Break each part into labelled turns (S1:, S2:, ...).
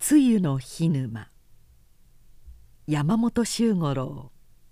S1: 露の涸沼。山本周五郎。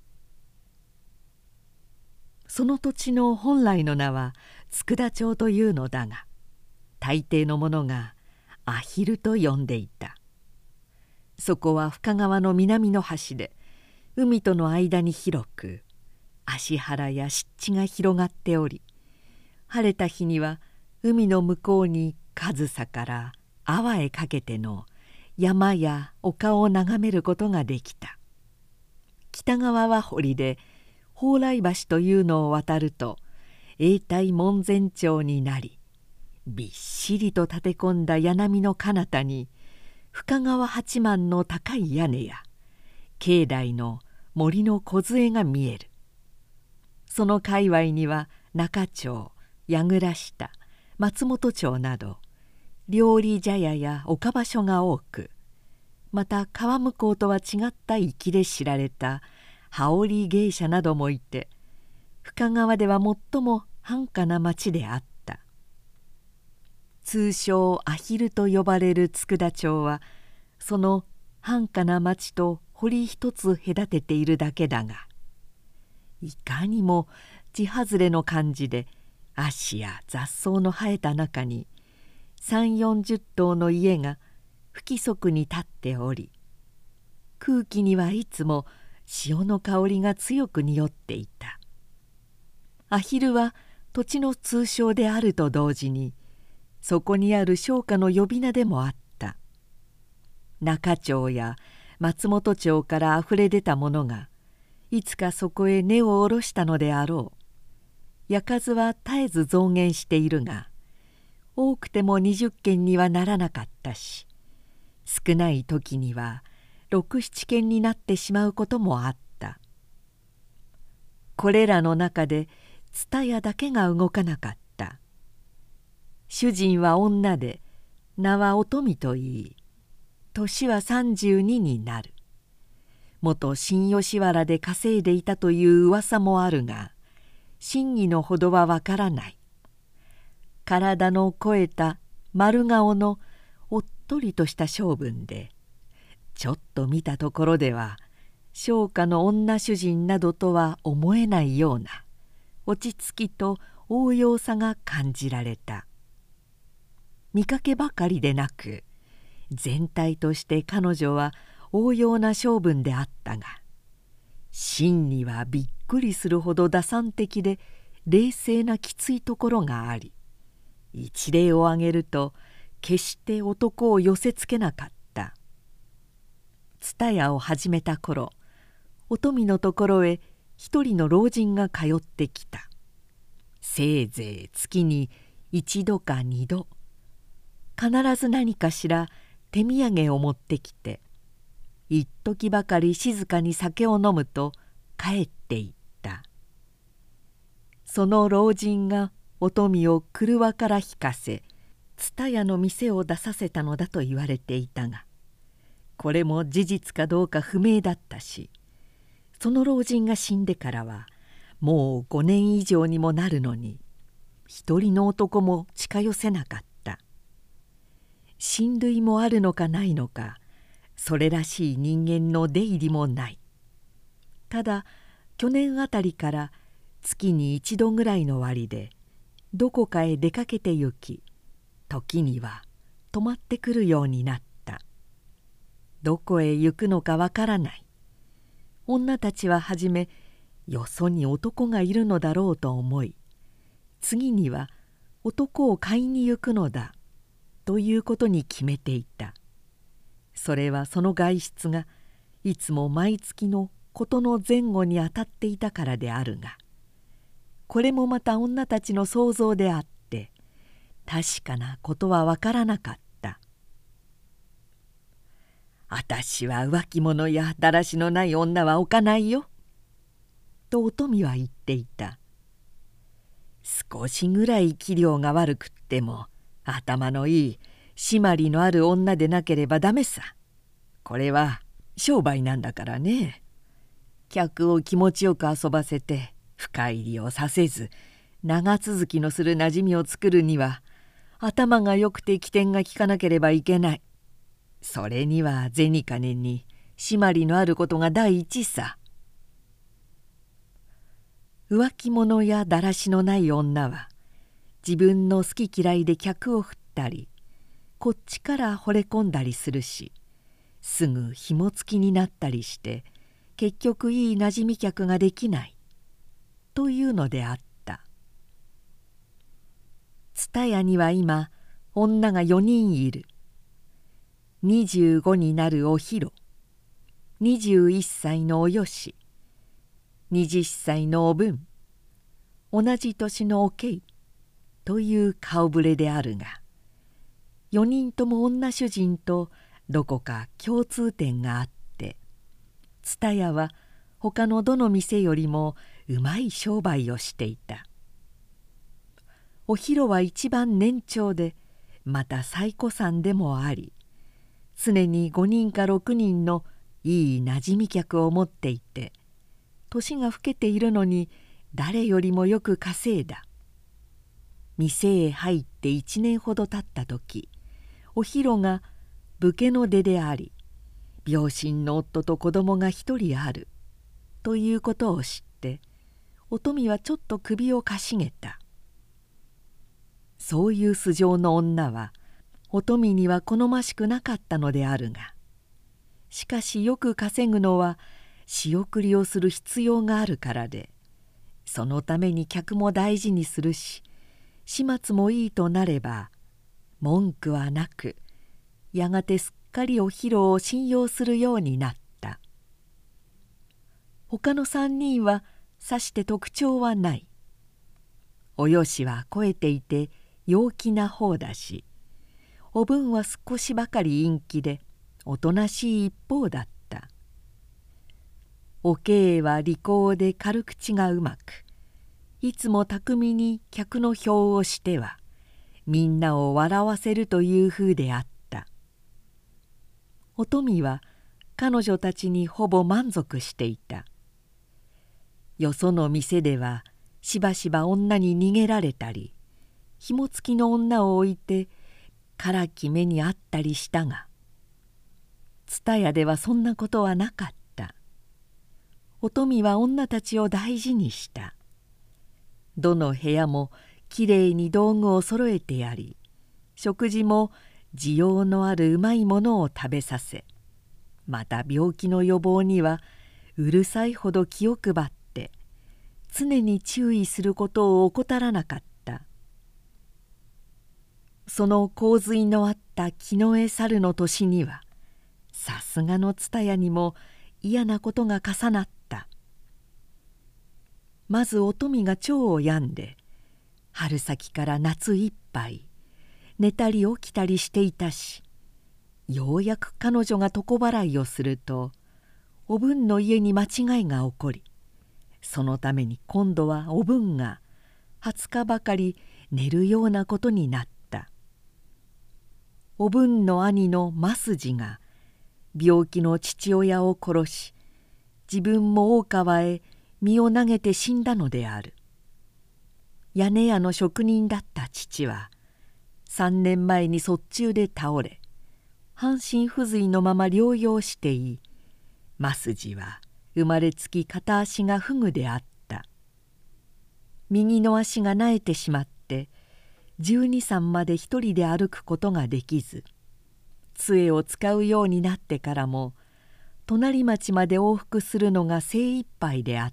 S1: その土地の本来の名は佃町というのだが、大抵の者がアヒルと呼んでいた。そこは深川の南の端で、海との間に広く芦原や湿地が広がっており、晴れた日には海の向こうに上総から阿波へかけての山や丘を眺めることができた。北側は堀で、蓬莱橋というのを渡ると永代門前町になり、びっしりと立て込んだ柳波の彼方に深川八幡の高い屋根や境内の森の梢が見える。その界隈には中町、矢倉下、松本町など料理茶屋や岡場所が多く、また川向こうとは違った粋で知られた羽織芸者などもいて、深川では最も繁華な町であった。通称アヒルと呼ばれる佃町は、その繁華な町と堀一つ隔てているだけだが、いかにも地外れの感じで、芦や雑草の生えた中に30-40棟の家が不規則に立っており、空気にはいつも潮の香りが強く匂っていた。アヒルは土地の通称であると同時に、そこにある商家の呼び名でもあった。中町や松本町からあふれ出たものがいつかそこへ根を下ろしたのであろう。家数は絶えず増減しているが、多くても20軒にはならなかったし、少ない時には6-7軒になってしまうこともあった。これらの中で蔦屋だけが動かなかった。主人は女で、名はおとみといい、年は32になる。元新吉原で稼いでいたという噂もあるが、真偽のほどはわからない。体の肥えた丸顔のおっとりとした性分で、ちょっと見たところでは商家の女主人などとは思えないような落ち着きと応用さが感じられた。見かけばかりでなく、全体として彼女は応用な性分であったが、真にはびっくりするほど打算的で冷静なきついところがあり、一例を挙げると決して男を寄せつけなかった。蔦屋を始めた頃、おとみのところへ一人の老人が通ってきた。せいぜい月に1度か2度、必ず何かしら手土産を持ってきて、一時ばかり静かに酒を飲むと帰っていった。その老人がおとみを廓から引かせ、蔦屋の店を出させたのだと言われていたが、これも事実かどうか不明だったし、その老人が死んでからはもう5年以上にもなるのに、一人の男も近寄せなかった。親類もあるのかないのか、それらしい人間の出入りもない。ただ去年あたりから月に1度ぐらいの割でどこかへ出かけてゆき、時には泊まってくるようになった。どこへ行くのかわからない。女たちははじめ、よそに男がいるのだろうと思い、次には男を買いに行くのだということに決めていた。それはその外出がいつも毎月のことの前後にあたっていたからであるが、これもまた女たちの想像であって確かなことはわからなかった。あたしは浮気者やだらしのない女は置かないよ、とおとみは言っていた。少しぐらい器量が悪くっても頭のいい締まりのある女でなければダメさ。これは商売なんだからね。客を気持ちよく遊ばせて深入りをさせず、長続きのするなじみを作るには頭がよくて機転が利かなければいけない。 それには銭金に締まりのあることが第一さ。浮気者やだらしのない女は自分の好き嫌いで客を振ったりこっちから惚れ込んだりするし、すぐ紐付きになったりして結局いいなじみ客ができないというのであった。蔦屋には今女が4人いる。25になるおひろ、21歳のおよし、20歳のおぶん、同じ年のおけいという顔ぶれであるが、4人とも女主人とどこか共通点があって、蔦屋は他のどの店よりもうまい商売をしていた。おひろは一番年長で、また最古参でもあり、常に5人か6人のいいなじみ客を持っていて、年が老けているのに誰よりもよく稼いだ。店へ入って1年ほど経った時、おひろが武家の出であり、病身の夫と子供が一人あるということを知って、おとみはちょっと首をかしげた。そういう素性の女はおとみには好ましくなかったのであるが、しかしよく稼ぐのは仕送りをする必要があるからで、そのために客も大事にするし、始末もいいとなれば文句はなく、やがてすっかりおひろを信用するようになった。他の3人はさして特徴はない。およしは肥えていて陽気な方だし、おぶんは少しばかり陰気でおとなしい一方だった。おけいは利口で軽口がうまく、いつも巧みに客の評をしてはみんなを笑わせるという風であった。おとみは彼女たちにほぼ満足していた。よその店ではしばしば女に逃げられたり、紐付きの女を置いてからき目にあったりしたが、蔦屋ではそんなことはなかった。おとみは女たちを大事にした。どの部屋もきれいに道具をそろえてやり、食事も滋養のあるうまいものを食べさせ、また病気の予防にはうるさいほど気を配って常に注意することを怠らなかった。その洪水のあった木の絵猿の年には、さすがの蔦屋にも嫌なことが重なった。まずおとみが腸を病んで、春先から夏いっぱい寝たり起きたりしていたし、ようやく彼女が床払いをすると、おぶんの家に間違いが起こり、そのために今度はおぶんが20日ばかり寝るようなことになった。おぶんの兄の増次が病気の父親を殺し、自分も大川へ身を投げて死んだのである。屋根屋の職人だった父は3年前に卒中で倒れ、半身不随のまま療養してい、増次は生まれつき片足が不具であった。右の足がなえてしまって12、3まで一人で歩くことができず、杖を使うようになってからも隣町まで往復するのが精一杯であった。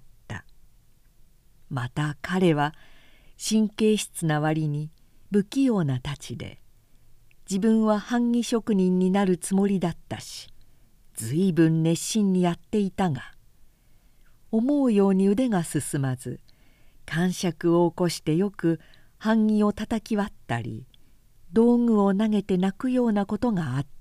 S1: また彼は神経質な割に不器用なたちで、自分は版木職人になるつもりだったし、ずいぶん熱心にやっていたが、思うように腕が進まず、癇癪を起こしてよく版木を叩き割ったり、道具を投げて泣くようなことがあった。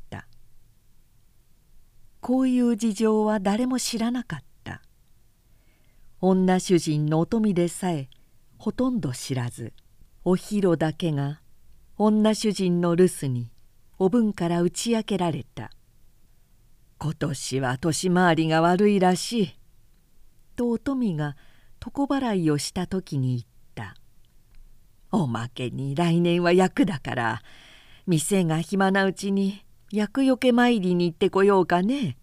S1: こういう事情は誰も知らなかった。女主人のおとみでさえほとんど知らず、おひろだけが女主人の留守におぶんから打ち明けられた。今年は年回りが悪いらしい。とおとみが床払いをした時に言った。おまけに来年は厄だから、店が暇なうちに厄除け参りに行ってこようかね。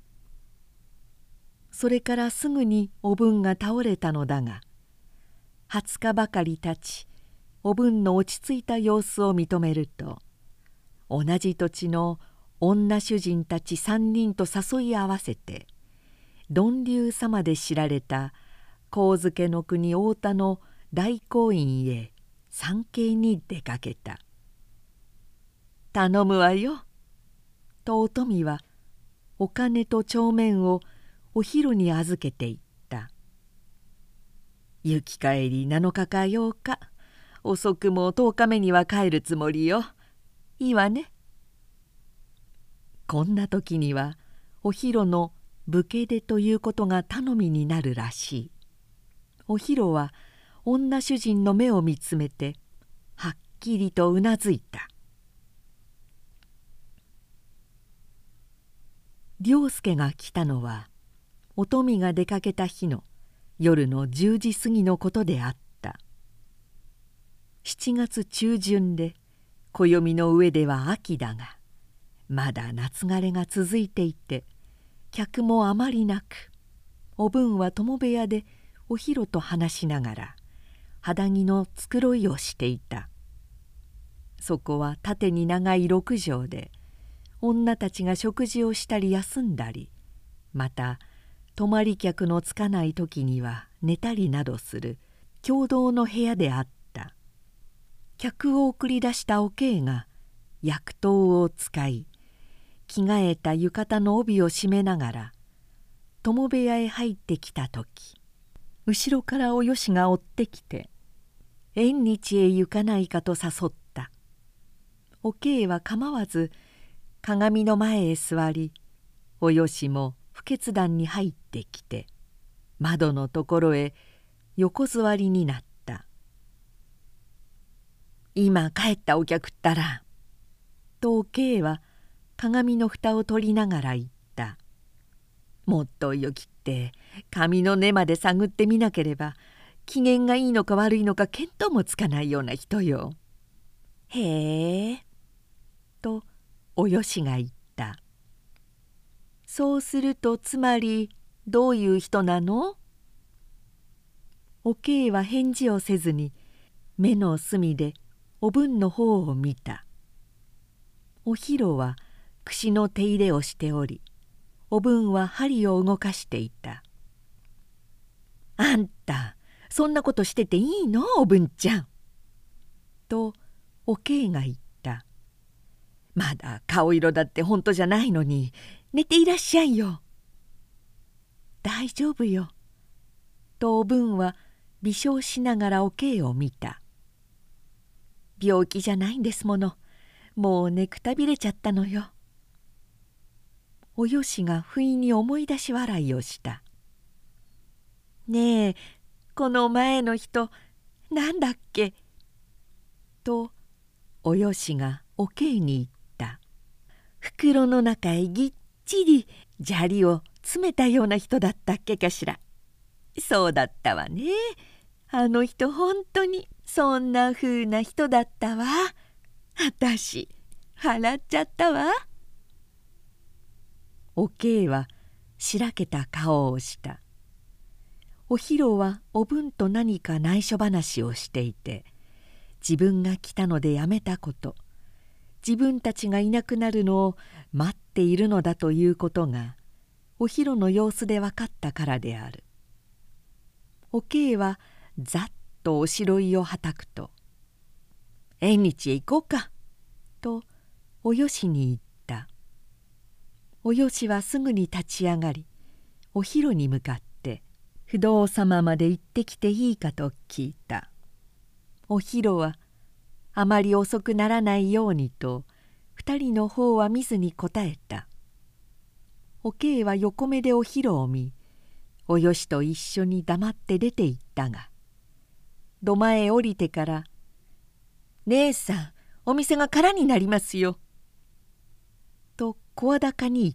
S1: それからすぐにおぶんが倒れたのだが、20日ばかり経ち、おぶんの落ち着いた様子を認めると、同じ土地の女主人たち3人と誘い合わせて、呑龍様で知られた上野の国太田の大光院へ参詣に出かけた。頼むわよ。とお富はお金と帳面をお昼に預けていった。行き帰り7日か8日、遅くも10日目には帰るつもりよ。いいわね。こんな時にはお昼の武家出ということが頼みになるらしい。お昼は女主人の目を見つめてはっきりとうなずいた。良介が来たのはお富が出かけた日の夜の10時過ぎのことであった。7月中旬で暦の上では秋だが、まだ夏枯れが続いていて客もあまりなく、おぶんは友部屋でお昼と話しながら肌着の繕いをしていた。そこは縦に長い6畳で、女たちが食事をしたり休んだり、また泊まり客のつかない時には寝たりなどする共同の部屋であった。客を送り出したおけいが薬湯を使い、着替えた浴衣の帯を締めながら友部屋へ入ってきた時、後ろからおよしが追ってきて縁日へ行かないかと誘った。おけいは構わず鏡の前へ座り、およしも不決断に入ってきて窓のところへ横座りになった。今帰ったお客ったら、とおけいは鏡の蓋を取りながら言った。もっとよきって髪の根まで探ってみなければ機嫌がいいのか悪いのか見当もつかないような人よ。へえ。とおよしが言った。そうするとつまりどういう人なの？おけいは返事をせずに目の隅でおぶんの方を見た。お昼は櫛の手入れをしており、おぶんは針を動かしていた。あんたそんなことしてていいのおぶんちゃん。とおけいが言った。まだ顔色だって本当じゃないのに寝ていらっしゃいよ。大丈夫よ。とおぶんは微笑しながらおけいを見た。病気じゃないんですもの。もう寝くたびれちゃったのよ。およしが不意に思い出し笑いをした。ねえ、この前の人なんだっけ？とおよしがおけいに言った。袋の中へぎっちり砂利を詰めたような人だったっけかしら。そうだったわね。あの人本当にそんなふうな人だったわ。あたし笑っちゃったわ。おけいはしらけた顔をした。お昼はおぶんと何か内緒話をしていて、自分が来たのでやめたこと、自分たちがいなくなるのを待っているのだということがお昼の様子で分かったからである。おけいはざっとおしろいをはたくと「縁日へ行こうか」とおよしに言った。およしはすぐに立ち上がり、お昼に向かって不動様まで行ってきていいかと聞いた。お昼はあまり遅くならないようにと2人の方は見ずに答えた。おけいは横目でお昼を見、およしと一緒に黙って出て行ったが、土間へ降りてから「姉さんお店が空になりますよ」と声高に言った。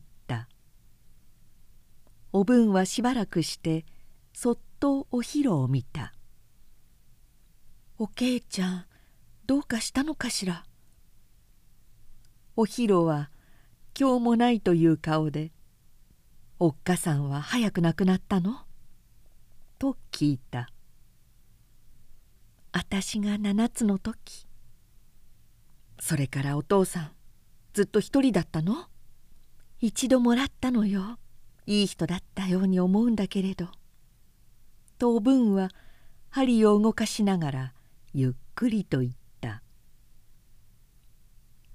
S1: おぶんはしばらくしてそっとお昼を見た。おけいちゃんどうかしたのかしら。お昼は今日もないという顔で「おっかさんは早く亡くなったの?」と聞いた。「あたしが7つの時。それからお父さんずっと一人だったの？一度もらったのよ。いい人だったように思うんだけれど」とおぶんは針を動かしながらゆっくりと言った。「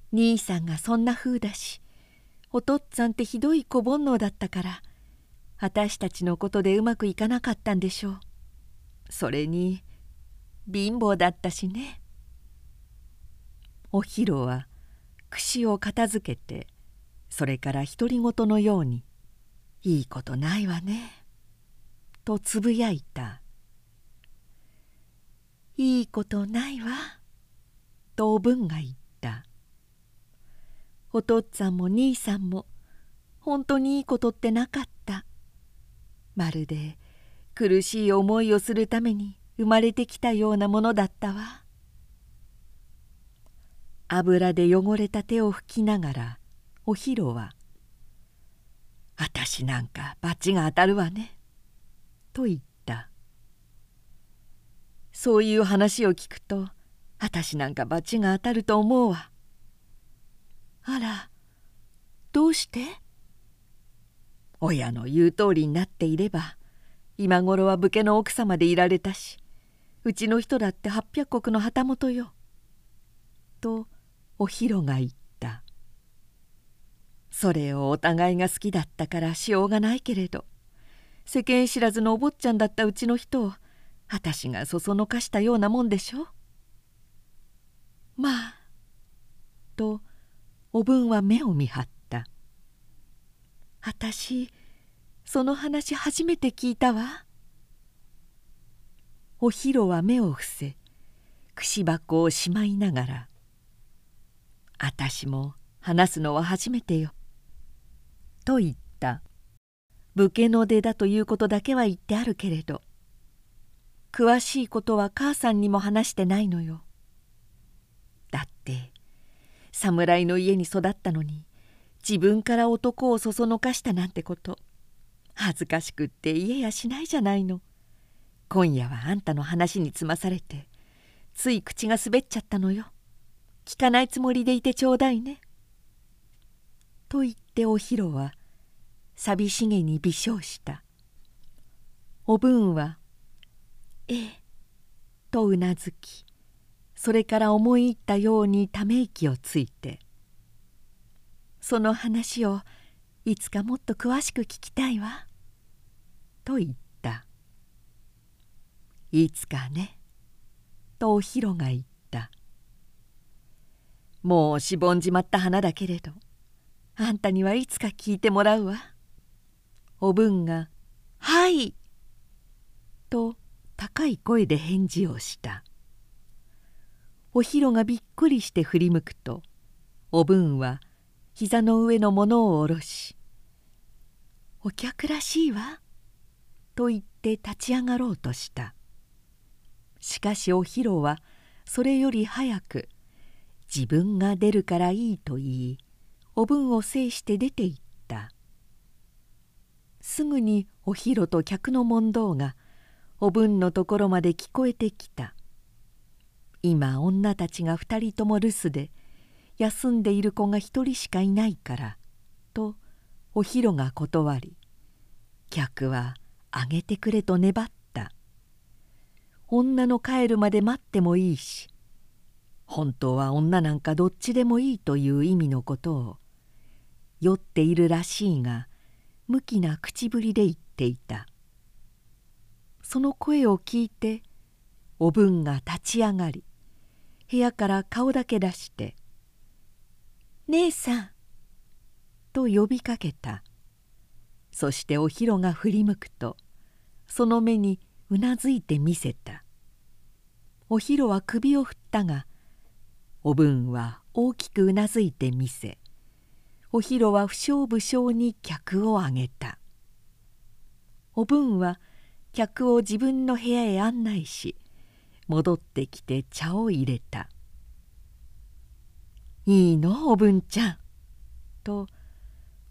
S1: 兄さんがそんな風だし、おとっつぁんってひどい子煩悩だったから私たちのことでうまくいかなかったんでしょう。それに貧乏だったしね」。おひろは櫛を片づけて、それから独り言のように「いいことないわね」とつぶやいた。「いいことないわ」とおぶんが言った。「おとっつぁんも兄さんも本当にいいことってなかった。まるで苦しい思いをするために生まれてきたようなものだったわ」。油で汚れた手を拭きながらおひろは「あたしなんか罰が当たるわね」と言った。「そういう話を聞くとあたしなんか罰が当たると思うわ」。あら、どうして？親の言う通りになっていれば今頃は武家の奥様でいられたし、うちの人だって800石の旗本よ。とおひろが言った。それをお互いが好きだったからしようがないけれど、世間知らずのお坊ちゃんだったうちの人をあたしがそそのかしたようなもんでしょ。まあ」とおぶんは目を見張った。「あたしその話初めて聞いたわ」。おひろは目を伏せ櫛箱をしまいながら「あたしも話すのは初めてよ」と言った。武家の出だということだけは言ってあるけれど、詳しいことは母さんにも話してないのよ。だって侍の家に育ったのに自分から男をそそのかしたなんてこと恥ずかしくって言えやしないじゃないの。今夜はあんたの話につまされてつい口が滑っちゃったのよ。聞かないつもりでいてちょうだいね」と言っておひろは寂しげに微笑した。おぶんは「ええ」とうなずき、それから思い入ったようにため息をついて「その話をいつかもっと詳しく聞きたいわ」と言った。「いつかね」とおひろが言った。「もうしぼんじまった花だけれどあんたにはいつか聞いてもらうわ」。おぶんが「はい」と高い声で返事をした。おひろがびっくりして振り向くと、おぶんは膝の上のものを下ろし「お客らしいわ」と言って立ち上がろうとした。しかしおひろはそれより早く自分が出るからいいと言い、おぶんを制して出て行った。すぐにおひろと客の問答がおぶんのところまで聞こえてきた。今女たちが2人とも留守で休んでいる子が1人しかいないからとおひろが断り、客はあげてくれと粘った。女の帰るまで待ってもいいし、本当は女なんかどっちでもいいという意味のことを酔っているらしいが無気な口ぶりで言っていた。その声を聞いておぶんが立ち上がり、部屋から顔だけ出して「姉さん」と呼びかけた。そしておひろが振り向くとその目にうなずいてみせた。おひろは首を振ったがおぶんは大きくうなずいてみせ、おひろは不精不精に客をあげた。おぶんは客を自分の部屋へ案内し戻ってきて茶を入れた。「いいのおぶんちゃん」と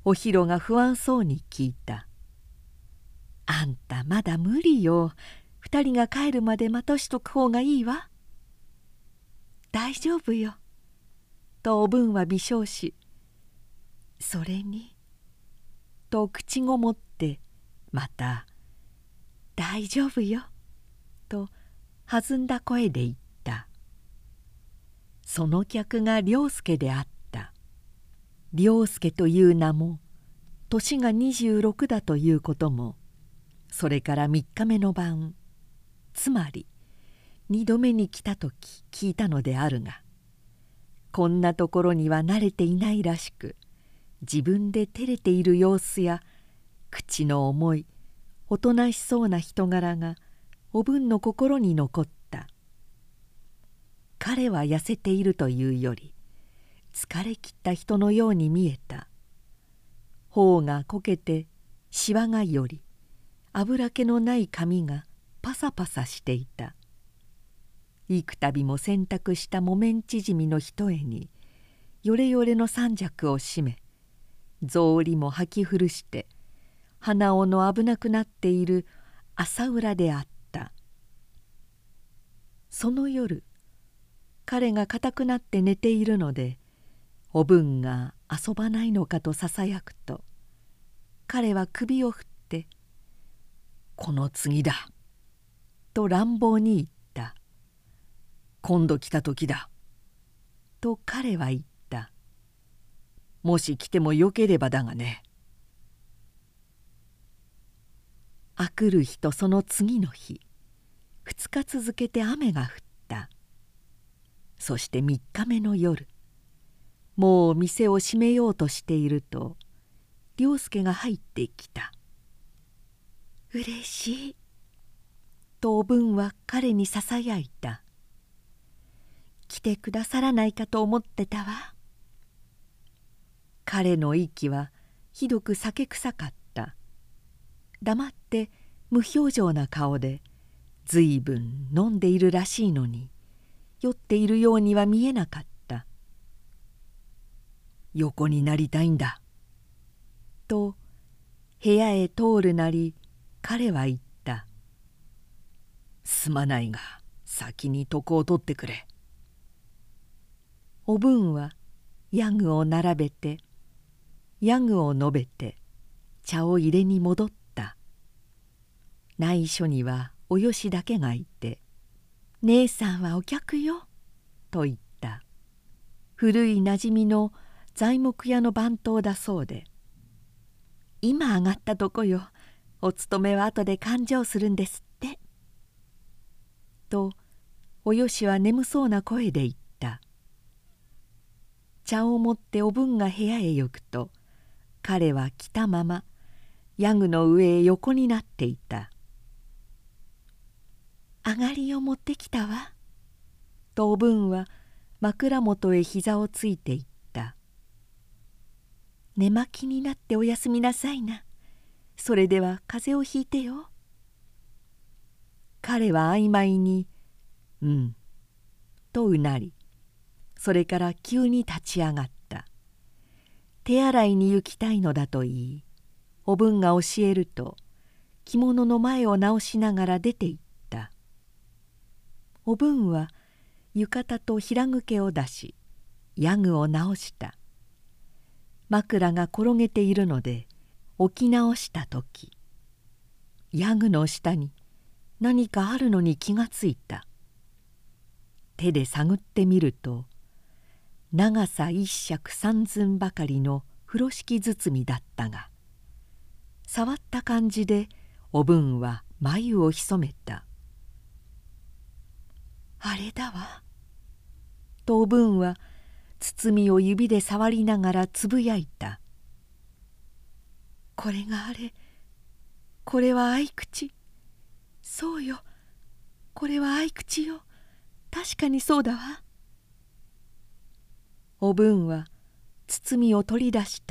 S1: おひろが不安そうに聞いた。あんたまだ無理よ。2人が帰るまで待たしとく方がいいわ。大丈夫よ。とおぶんは微笑し、それにと口ごもってまた大丈夫よと弾んだ声で言った。その客が良介であった。良介という名も年が26だということも、それから3日目の晩、つまり2度目に来た時聞いたのであるが、こんなところには慣れていないらしく、自分で照れている様子や口の重いおとなしそうな人柄がおぶんの心に残った。彼は痩せているというより疲れ切った人のように見えた。頬がこけてしわがより油気のない髪がパサパサしていた。幾度も洗濯した木綿縮みの一重によれよれの三尺を締め、草履も履き古して鼻緒の危なくなっている朝浦であった。その夜、彼が硬くなって寝ているので、おぶんが遊ばないのかとささやくと、彼は首を振って「この次だ」と乱暴に言った。今度来た時だと彼は言った。もし来てもよければだがね。あくる日とその次の日、2日続けて雨が降った。そして3日目の夜、もう店を閉めようとしていると良介が入ってきた。「うれしい」とおぶんは彼にささやいた。「来てくださらないかと思ってたわ」。彼の息はひどく酒臭かった。黙って無表情な顔で、ずいぶん飲んでいるらしいのに酔っているようには見えなかった。「横になりたいんだ」と部屋へ通るなり彼は言った。「すまないが先に床を取ってくれ」。おぶんはヤグを並べてヤグを述べて茶を入れに戻った。内緒にはおよしだけがいて「姉さんはお客よ」と言った。古いなじみの材木屋の番頭だそうで「今上がったとこよ。お勤めは後で勘定するんですって」とおよしは眠そうな声で言った。茶を持っておぶんが部屋へ行くと、彼は来たままヤグの上へ横になっていた。「上がりを持ってきたわ」とおぶんは枕元へ膝をついていった。「寝巻きになっておやすみなさいな。それでは風邪をひいてよ」。彼は曖昧に「うん」とうなり、それから急に立ち上がった。手洗いに行きたいのだと言い、おぶんが教えると着物の前を直しながら出て行った。おぶんは浴衣と平ぐけを出しヤグを直した。枕が転げているので起き直した時、ヤグの下に何かあるのに気がついた。手で探ってみると、長さ一尺三寸ばかりの風呂敷包みだったが、触った感じでおぶんは眉を潜めた。「あれだわ」とおぶんは包みを指で触りながらつぶやいた。「これがあれ。これは合口。そうよ、これは合口よ。確かにそうだわ」。おぶんは包みを取り出した。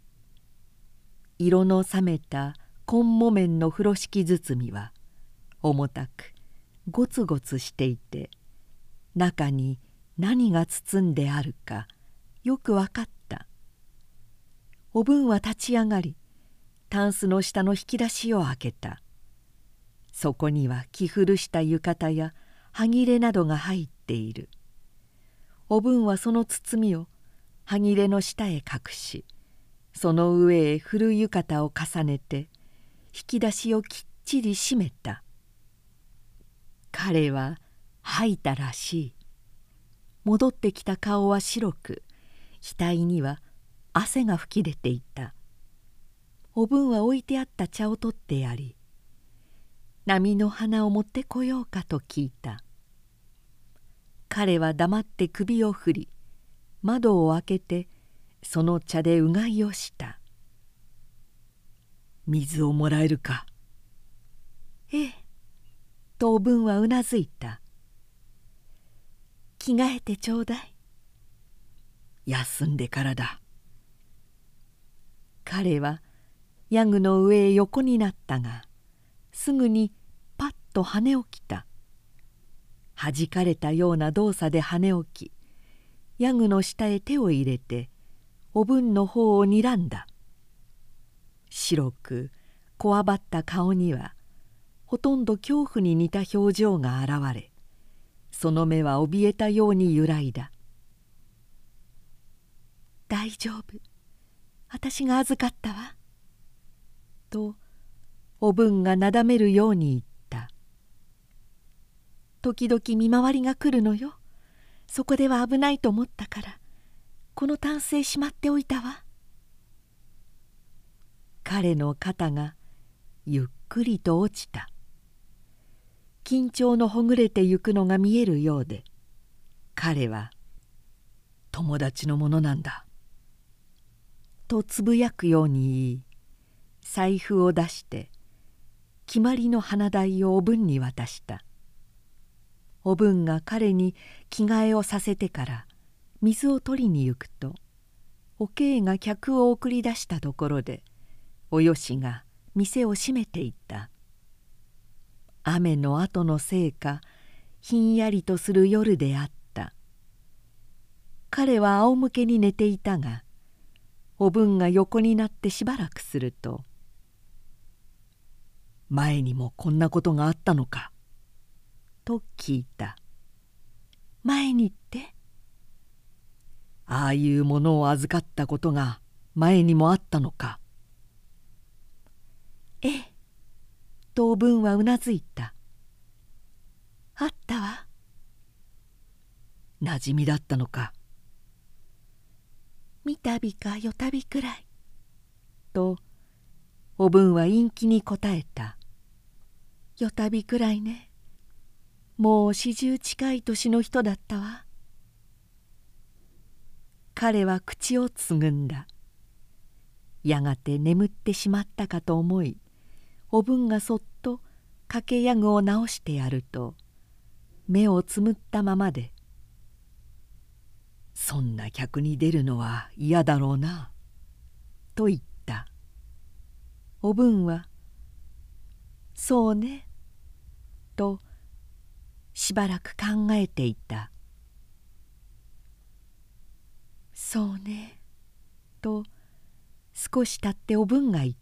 S1: 色の冷めた紺木綿の風呂敷包みは重たくゴツゴツしていて、中に何が包んであるかよく分かった。 おぶんは立ち上がり、タンスの下の引き出しを開けた。そこには着古した浴衣やはぎれなどが入っている。おぶんはその包みをはぎれの下へ隠し、その上へ古浴衣を重ねて引き出しをきっちり閉めた。彼は吐いたらしい。戻ってきた顔は白く、額には汗が吹き出ていた。おぶんは置いてあった茶を取ってやり、波の花を持ってこようかと聞いた。彼は黙って首を振り、窓を開けてその茶でうがいをした。水をもらえるか。ええ、とおぶんはうなずいた。着替えてちょうだい。休んでからだ。彼はヤグの上へ横になったが、すぐにパッと跳ね起きた。はじかれたような動作で跳ね起き、ヤグの下へ手を入れておぶんの方をにらんだ。白くこわばった顔にはほとんど恐怖に似た表情が現れ、その目は怯えたように揺らいだ。大丈夫、私が預かったわ。とおぶんがなだめるように言った。時々見回りが来るのよ。そこでは危ないと思ったからこのタンスへしまっておいたわ。彼の肩がゆっくりと落ちた。緊張のほぐれてゆくのが見えるようで、彼は「友達のものなんだ」とつぶやくように言い、財布を出して決まりの花代をおぶんに渡した。おぶんが彼に着替えをさせてから水を取りに行くと、おけいが客を送り出したところでおよしが店を閉めていった。雨の後のせいかひんやりとする夜であった。彼は仰向けに寝ていたが、おぶんが横になってしばらくすると「前にもこんなことがあったのか?」と聞いた。前にって？ああいうものを預かったことが前にもあったのか。ええ、とおぶんはうなずいた。あったわ。なじみだったのか。三度か四度くらい。とおぶんは陰気に答えた。四度くらいね。もう40近い年の人だったわ。彼は口をつぐんだ。やがて眠ってしまったかと思い、おぶんがそっと掛けやぐを直してやると、目をつむったままで「そんな客に出るのは嫌だろうな」と言った。おぶんは「そうね」としばらく考えていた。「そうね」と少し経っておぶんが言った。「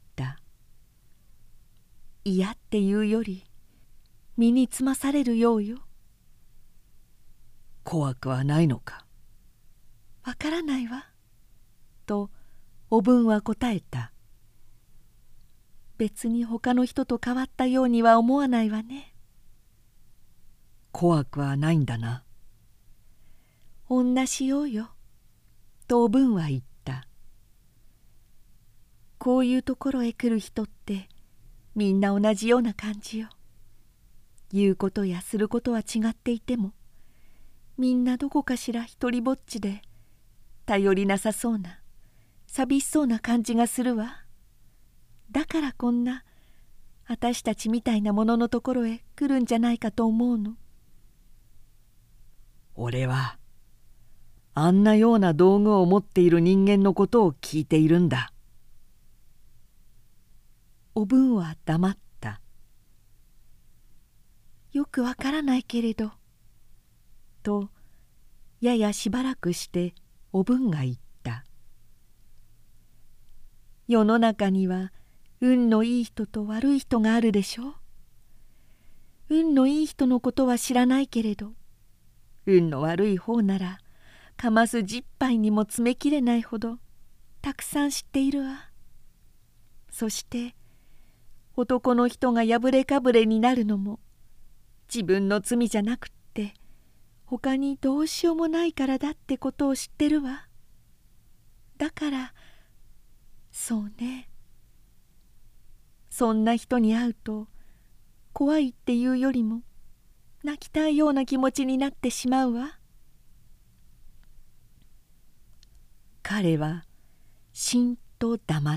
S1: 嫌っていうより身につまされるようよ。」「怖くはないのか。」「わからないわ」とおぶんは答えた。「別に他の人と変わったようには思わないわね。」「怖くはないんだな。」「女しようよ」とおぶんは言った。こういうところへ来る人ってみんな同じような感じよ。言うことやすることは違っていても、みんなどこかしら一りぼっちで頼りなさそうな寂しそうな感じがするわ。だからこんな私たちみたいなもののところへ来るんじゃないかと思うの。俺はあんなような道具を持っている人間のことを聞いているんだ。おぶんは黙った。よくわからないけれど、とややしばらくしておぶんが言った。 世の中には運のいい人と悪い人があるでしょう。運のいい人のことは知らないけれど、運の悪い方ならかます10杯にも詰めきれないほどたくさん知っているわ。そして男の人が破れかぶれになるのも自分の罪じゃなくって他にどうしようもないからだってことを知ってるわ。だからそうね、そんな人に会うと怖いっていうよりも泣きたいような気持ちになってしまうわ。彼はしんと黙った。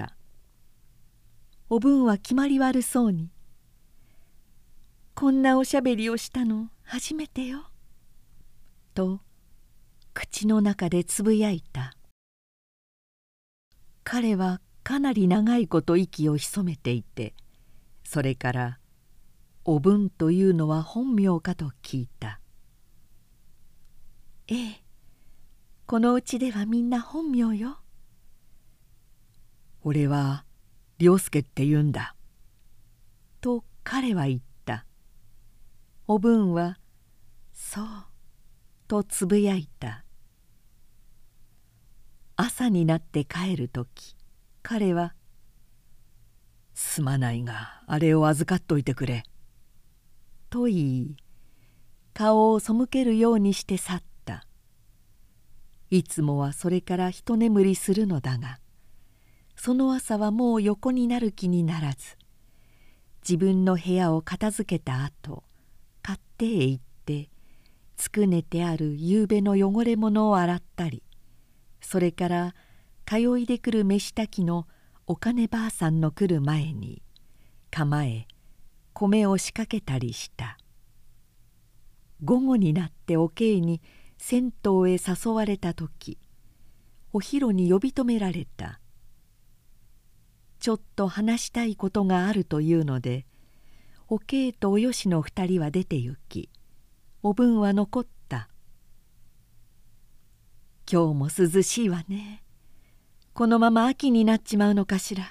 S1: おぶんは決まり悪そうに「こんなおしゃべりをしたの初めてよ」と口の中でつぶやいた。彼はかなり長いこと息を潜めていて、それから「おぶんというのは本名か」と聞いた。「ええ、このうちではみんな本名よ。俺は良介って言うんだ」と彼は言った。おぶんは「そう」とつぶやいた。朝になって帰る時、彼は「すまないがあれを預かっといてくれ」と言い、顔を背けるようにして去った。いつもはそれから一眠りするのだが、その朝はもう横になる気にならず、自分の部屋を片付けた後、勝手へ行ってつくねてある夕べの汚れ物を洗ったり、それから通いでくる飯炊きのお金ばあさんの来る前に釜へ米を仕掛けたりした。午後になっておけいに銭湯へ誘われた時、お広に呼び止められた。ちょっと話したいことがあるというので、おけいとおよしの2人は出て行き、おぶんは残った。今日も涼しいわね。このまま秋になっちまうのかしら。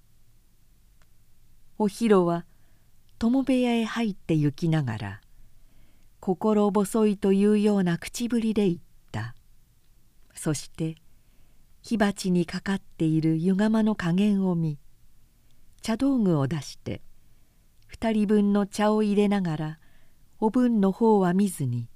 S1: お広は友部屋へ入って行きながら、心細いというような口ぶりで言った。そして火鉢にかかっている湯釜の加減を見、茶道具を出して2人分の茶を入れながら、おぶんの方は見ずに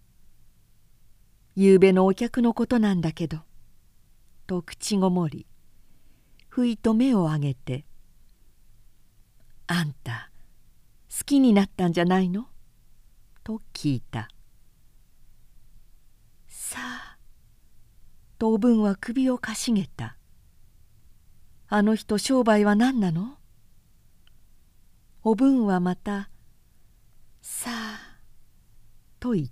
S1: 「ゆうべのお客のことなんだけど」と口ごもり、ふいと目を上げて「あんた好きになったんじゃないの?」と聞いた。「さあ」とおぶんは首をかしげた。「あの人商売は何なの?」おぶんはまた「さあ」と言った。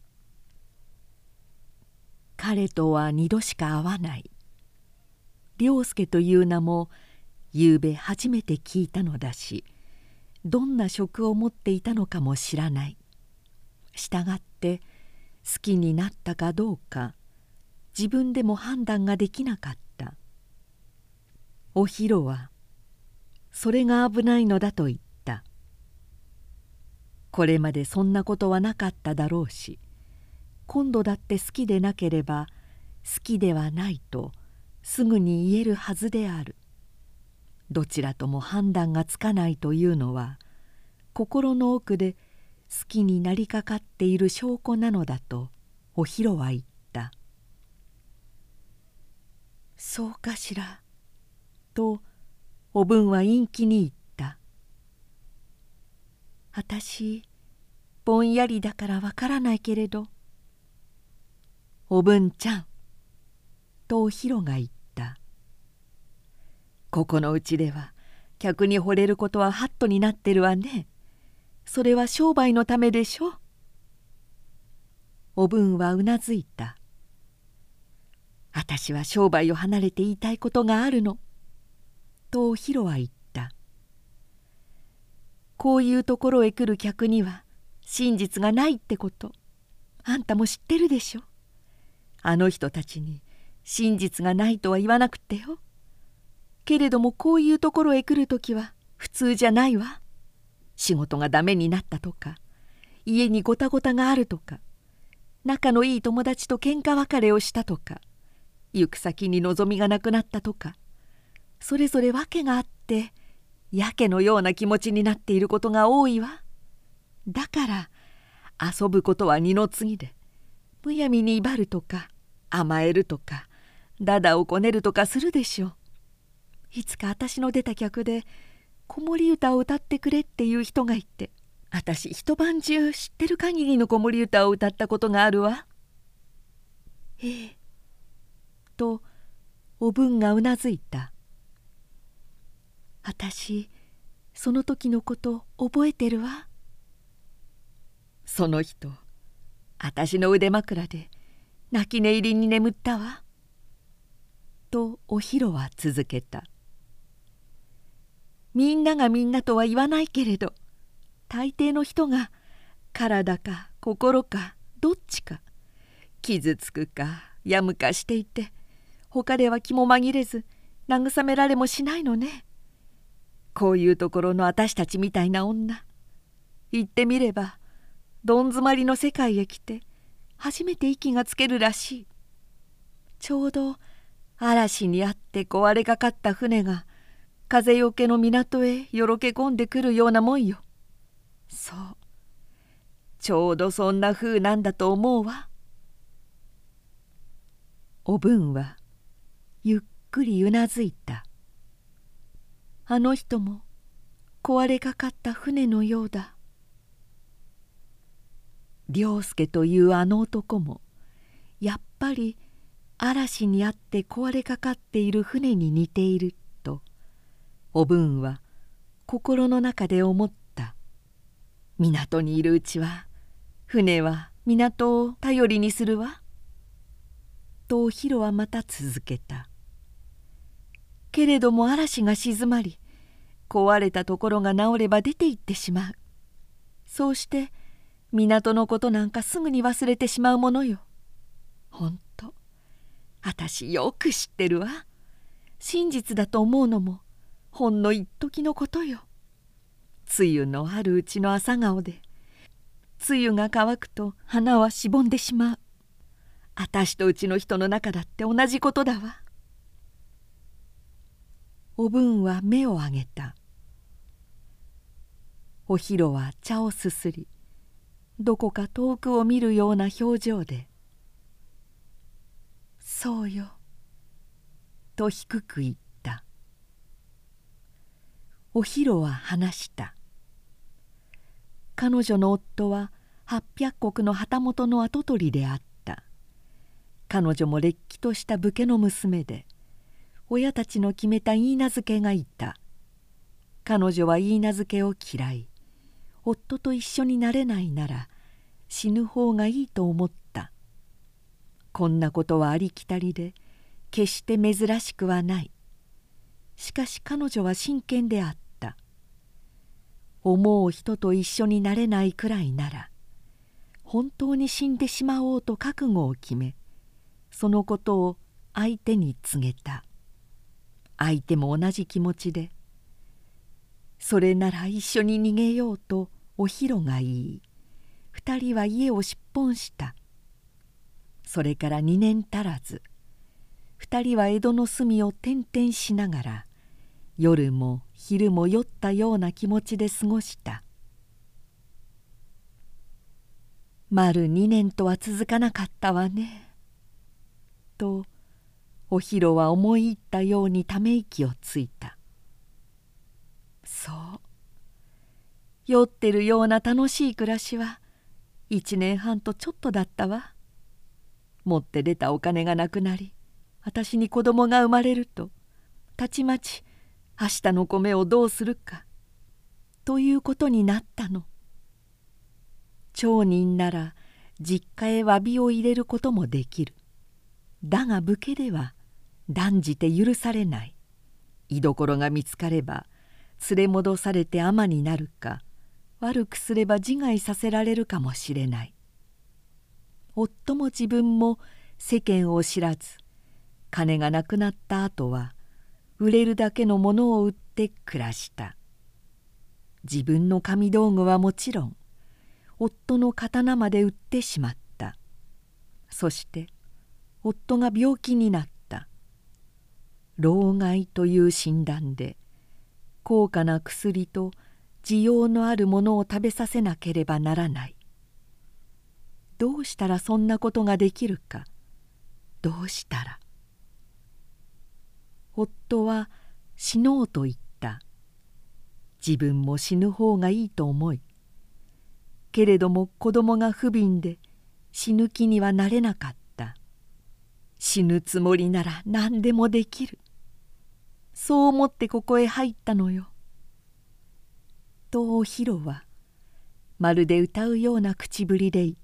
S1: 彼とは2度しか会わない。良介という名もゆうべ初めて聞いたのだし、どんな職を持っていたのかも知らない。したがって好きになったかどうか自分でも判断ができなかった。お広はそれが危ないのだと言った。これまでそんなことはなかっただろうし、今度だって好きでなければ好きではないとすぐに言えるはずである。どちらとも判断がつかないというのは、心の奥で好きになりかかっている証拠なのだとお広は言った。「そうかしら」とおぶんは陰気に言った。「あたしぼんやりだからわからないけれど」。「おぶんちゃん」とお広が言った。「ここのうちでは客に惚れることはハットになってるわね。それは商売のためでしょ」。おぶんはうなずいた。「あたしは商売を離れて言いたいことがあるの」とお広は言った。「こういうところへ来る客には真実がないってことあんたも知ってるでしょ。あの人たちに真実がないとは言わなくってよ。 けれどもこういうところへ来るときは普通じゃないわ。仕事がダメになったとか、家にごたごたがあるとか、仲のいい友達と喧嘩別れをしたとか、行く先に望みがなくなったとか、それぞれ訳があってやけのような気持ちになっていることが多いわ。だから遊ぶことは二の次で、むやみに威張るとか甘えるとかだだをこねるとかするでしょう。いつか私の出た客で子守歌を歌ってくれっていう人がいて、私一晩中知ってる限りの子守歌を歌ったことがあるわ。ええ。とおぶんがうなずいた。私その時のこと覚えてるわ。その人、私の腕枕で泣き寝入りに眠ったわ。とおひろは続けた。みんながみんなとは言わないけれど、大抵の人が体か心かどっちか傷つくか病むかしていて、他では気も紛れず慰められもしないのね。こういうところの私たちみたいな女、言ってみればどん詰まりの世界へ来て初めて息がつけるらしい。ちょうど嵐にあって壊れかかった船が風よけの港へよろけ込んでくるようなもんよ。そう、ちょうどそんな風なんだと思うわ。おぶんはゆっくりうなずいた。あの人も壊れかかった船のようだ。良介というあの男もやっぱり嵐にあって壊れかかっている船に似ているとおぶんは心の中で思った。港にいるうちは船は港を頼りにするわ。とおひろはまた続けた。けれども嵐が静まり、壊れたところが治れば出て行ってしまう。そうして港のことなんかすぐに忘れてしまうものよ。ほんと私よく知ってるわ。真実だと思うのもほんの一時のことよ。梅雨のあるうちの朝顔で、梅雨が乾くと花はしぼんでしまう。私とうちの人の中だって同じことだわ。おぶんは目を上げた。おひろは茶をすすり、どこか遠くを見るような表情で「そうよ」と低く言った。おひろは話した。彼女の夫は800石の旗本の跡取りであった。彼女もれっきとした武家の娘で、親たちの決めた許嫁がいた。彼女は許嫁を嫌い、夫と一緒になれないなら死ぬ方がいいと思った。こんなことはありきたりで決して珍しくはない。しかし彼女は真剣であった。思う人と一緒になれないくらいなら本当に死んでしまおうと覚悟を決め、そのことを相手に告げた。相手も同じ気持ちで、それなら一緒に逃げようとおひろが言い、二人は家を出奔した。それから2年足らず、二人は江戸の隅を転々しながら夜も昼も酔ったような気持ちで過ごした。丸2年とは続かなかったわね。とおひろは思い入ったようにため息をついた。そう、酔ってるような楽しい暮らしは1年半とちょっとだったわ。持って出たお金がなくなり、私に子供が生まれるとたちまち明日の米をどうするかということになったの。町人なら実家へ詫びを入れることもできる。だが武家では断じて許されない。居所が見つかれば連れ戻されて尼になるか、悪くすれば自害させられるかもしれない。夫も自分も世間を知らず、金がなくなった後は売れるだけのものを売って暮らした。自分の紙道具はもちろん夫の刀まで売ってしまった。そして夫が病気になった。老害という診断で高価な薬と需要のあるものを食べさせなければならない。どうしたらそんなことができるか。どうしたら。夫は死のうと言った。自分も死ぬ方がいいと思い、けれども子供が不憫で死ぬ気にはなれなかった。死ぬつもりなら何でもできる。そう思ってここへ入ったのよ。とおひろはまるで歌うような口ぶりで言った。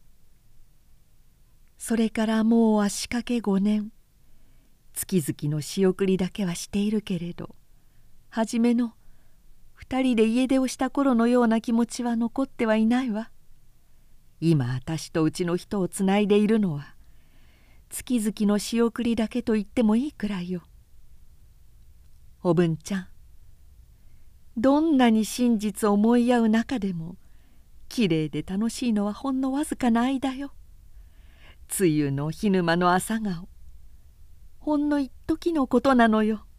S1: それからもう足掛け5年、月々の仕送りだけはしているけれど、初めの2人で家出をした頃のような気持ちは残ってはいないわ。今私とうちの人をつないでいるのは月々の仕送りだけと言ってもいいくらいよ。おぶんちゃん、どんなに真実を思い合う中でもきれいで楽しいのはほんのわずかな間よ。梅雨の涸沼の朝顔、ほんの一時のことなのよ。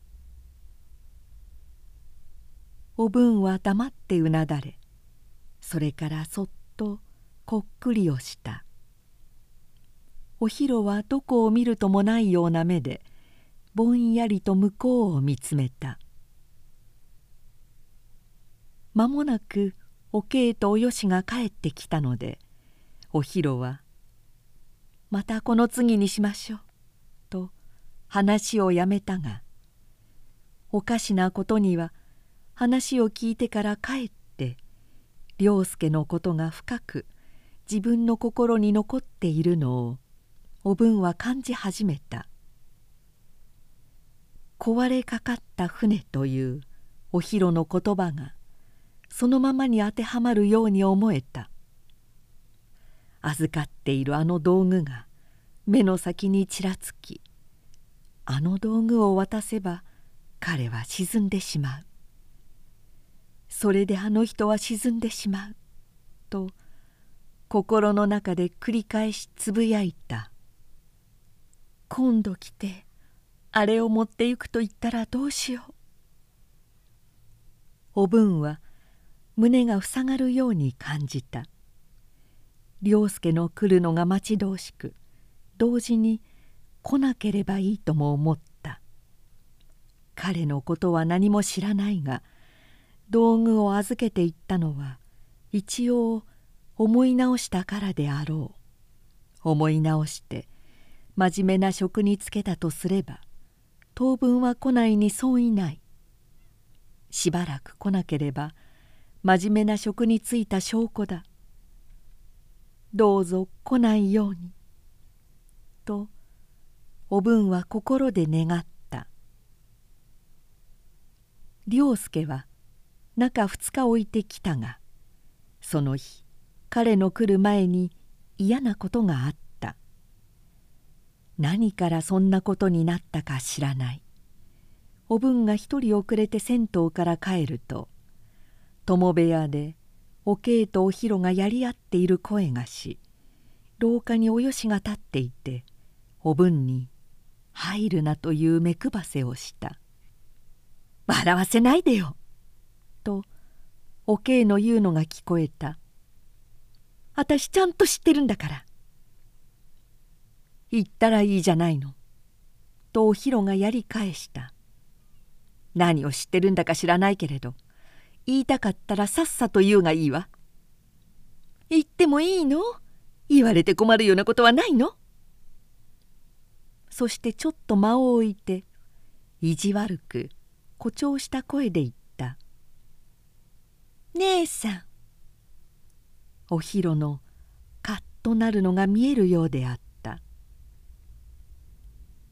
S1: おぶんは黙ってうなだれ、それからそっとこっくりをした。おひろはどこを見るともないような目でぼんやりと向こうを見つめた。間もなくおけいとおよしが帰ってきたので、おひろは「またこの次にしましょう」と話をやめたが、おかしなことには話を聞いてから帰って良介のことが深く自分の心に残っているのをおぶんは感じ始めた。壊れかかった船というおひろの言葉がそのままに当てはまるように思えた。預かっているあの道具が目の先にちらつき、あの道具を渡せば彼は沈んでしまう。それであの人は沈んでしまうと心の中で繰り返しつぶやいた。今度来てあれを持ってゆくと言ったらどうしよう。おぶんは胸が塞がるように感じた。良介の来るのが待ち遠しく、同時に来なければいいとも思った。彼のことは何も知らないが、道具を預けていったのは一応思い直したからであろう。思い直して真面目な職に就けたとすれば、当分は来ないに損いない。しばらく来なければ真面目な職に就いた証拠だ。どうぞ来ないように。とおぶんは心で願った。良介は中2日置いてきたが、その日彼の来る前に嫌なことがあった。何からそんなことになったか知らない。おぶんが一人遅れて銭湯から帰ると、友部屋でおけいとおひろがやり合っている声がし、廊下におよしが立っていて、おぶんに「入るな」という目くばせをした。「笑わせないでよ」とおけいの言うのが聞こえた。「あたしちゃんと知ってるんだから」。「言ったらいいじゃないの」とおひろがやり返した。「何を知ってるんだか知らないけれど、言いたかったらさっさと言うがいいわ」。「言ってもいいの？言われて困るようなことはないの？」そしてちょっと間を置いて意地悪く誇張した声で言った。「姉さん」。おひろのカッとなるのが見えるようであった。「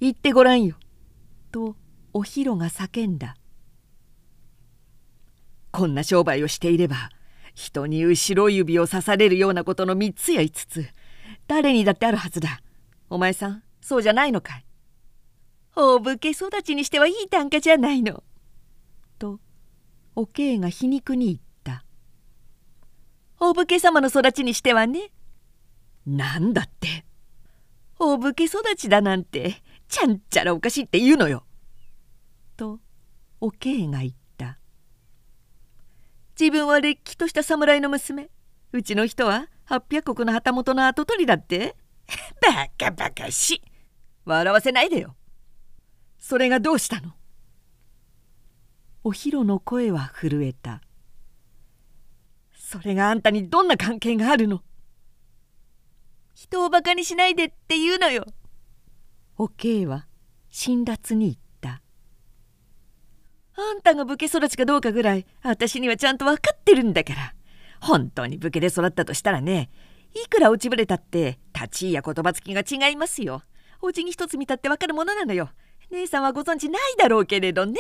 S1: 言ってごらんよ」とおひろが叫んだ。「こんな商売をしていれば人に後ろ指を刺されるようなことの3つや5つ誰にだってあるはずだ。お前さんそうじゃないのかい？」「あ大武家育ちにしてはいい短歌じゃないの。とおけいが皮肉に言った。大武家様の育ちにしてはね。なんだって。大武家育ちだなんてちゃんちゃらおかしいって言うのよ。とおけいが言った。自分はれっきとした侍の娘。うちの人は800石の旗本の跡取りだって。バカバカしい。笑わせないでよ。それがどうしたの。おひろの声は震えた。それがあんたにどんな関係があるの。人をバカにしないでって言うのよ。おけいは辛辣に言った。あんたが武家育ちかどうかぐらい私にはちゃんと分かってるんだから。本当に武家で育ったとしたらね、いくら落ちぶれたって立ち居や言葉つきが違いますよ。お辞儀一つ見たって分かるものなのよ。姉さんはご存知ないだろうけれどね。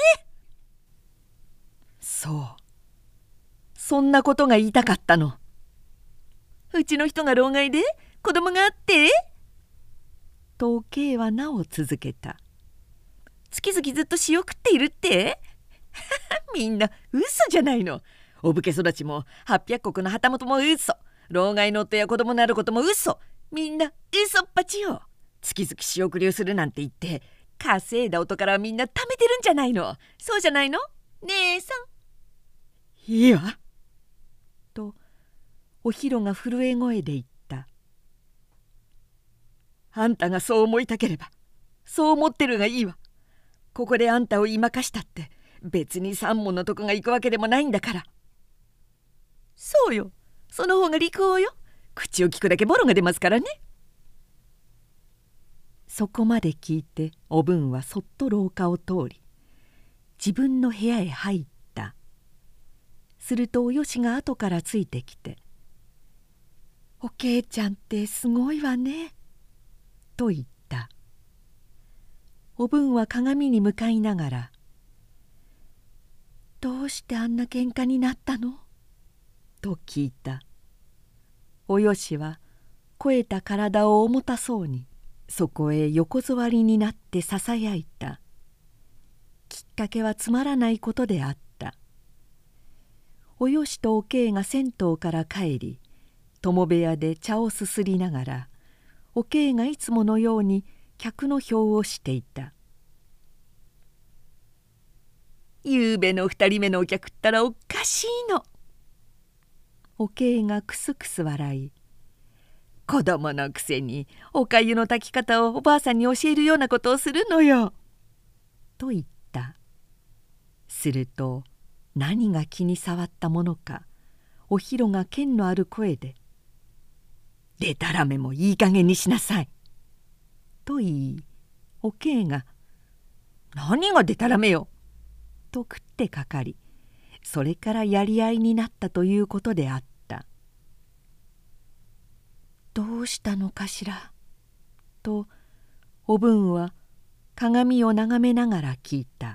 S1: そう、そんなことが言いたかったの。うちの人が老害で子供があってとおけいはなお続けた。月々ずっと塩食っているってみんな嘘じゃないの。お武家育ちも800石の旗本も嘘、老害の夫や子供のあることも嘘、みんな嘘っぱちよ。月々仕送りをするなんて言って稼いだお宝はみんな貯めてるんじゃないの。そうじゃないの姉さん。いいわ。とおひろが震え声で言った。あんたがそう思いたければそう思ってるがいいわ。ここであんたを今かしたって別に三文のとこが行くわけでもないんだから。そうよ、その方が利口よ。口を聞くだけボロが出ますからね。そこまで聞いておぶんはそっと廊下を通り自分の部屋へ入った。するとおよしが後からついてきて「おけいちゃんってすごいわね」と言った。おぶんは鏡に向かいながら「どうしてあんな喧嘩になったの?」と聞いた。およしは肥えた体を重たそうにそこへ横座りになってささやいた。きっかけはつまらないことであった。およしとおけいが銭湯から帰り友部屋で茶をすすりながらおけいがいつものように客の表をしていた。ゆうべの2人目のお客ったらおかしいの。おけいがくすくす笑い、子供のくせにおかゆの炊き方をおばあさんに教えるようなことをするのよ。と言った。すると何が気に障ったものかおひろが剣のある声で「でたらめもいい加減にしなさい」と言いおけいが「何がでたらめよ」と食ってかかりそれからやり合いになったということであった。どうしたのかしらとおぶんは鏡を眺めながら聞いた。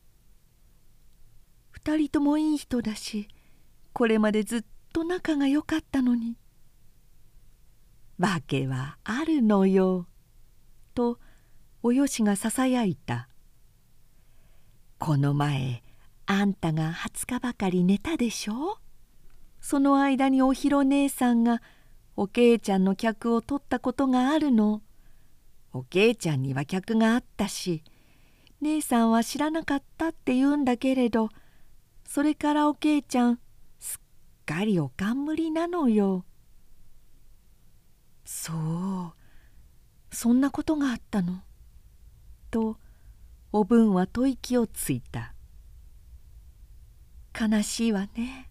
S1: 二人ともいい人だしこれまでずっと仲が良かったのに。訳はあるのよ。とおよしがささやいた。この前あんたが20日ばかり寝たでしょ。その間におひろ姉さんがおけいちゃんの客を取ったことがあるの。おけいちゃんには客があったし姉さんは知らなかったって言うんだけれどそれからおけいちゃんすっかりお冠なのよ。そう、そんなことがあったの。とおぶんは吐息をついた。悲しいわね。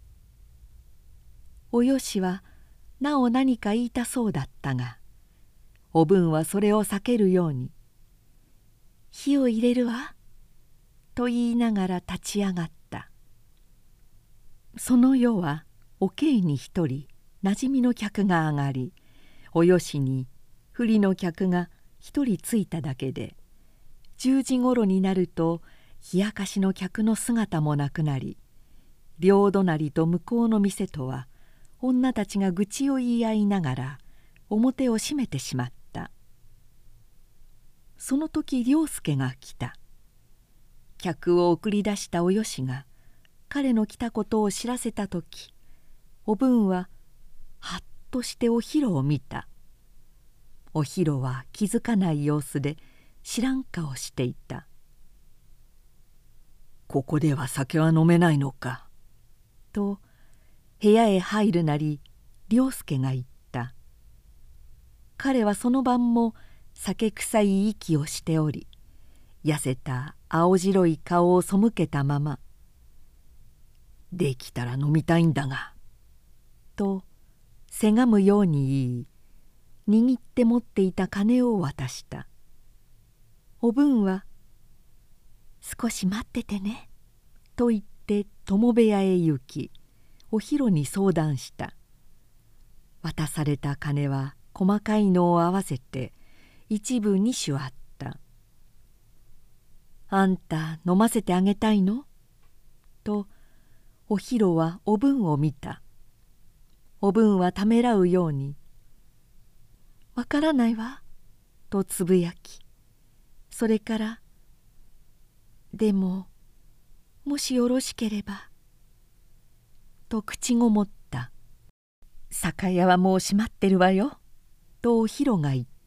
S1: およしはなお何か言いたそうだったがおぶんはそれを避けるように「火を入れるわ」と言いながら立ち上がった。その夜はおけいに一人なじみの客が上がりおよしに不利の客が一人ついただけで10時ごろになると冷やかしの客の姿もなくなり両隣と向こうの店とは女たちが愚痴を言い合いながら表を閉めてしまった。 その時良介が来た。客を送り出したおよしが彼の来たことを知らせた時、おぶんははっとしておひろを見た。おひろは気づかない様子で知らん顔していた。「ここでは酒は飲めないのか」と部屋へ入るなり良介が言った。彼はその晩も酒臭い息をしており、痩せた青白い顔を背けたまま「できたら飲みたいんだが」とせがむように言い、握って持っていた金を渡した。おぶんは「少し待っててね」と言って友部屋へ行き、おひろに相談した。渡された金は細かいのを合わせて一部2種あった。「あんた飲ませてあげたいの?」とおひろはおぶんを見た。おぶんはためらうように「わからないわ」とつぶやき、それから「でももしよろしければ」と口ごもった。「酒屋はもう閉まってるわよ」とおひろが言った。「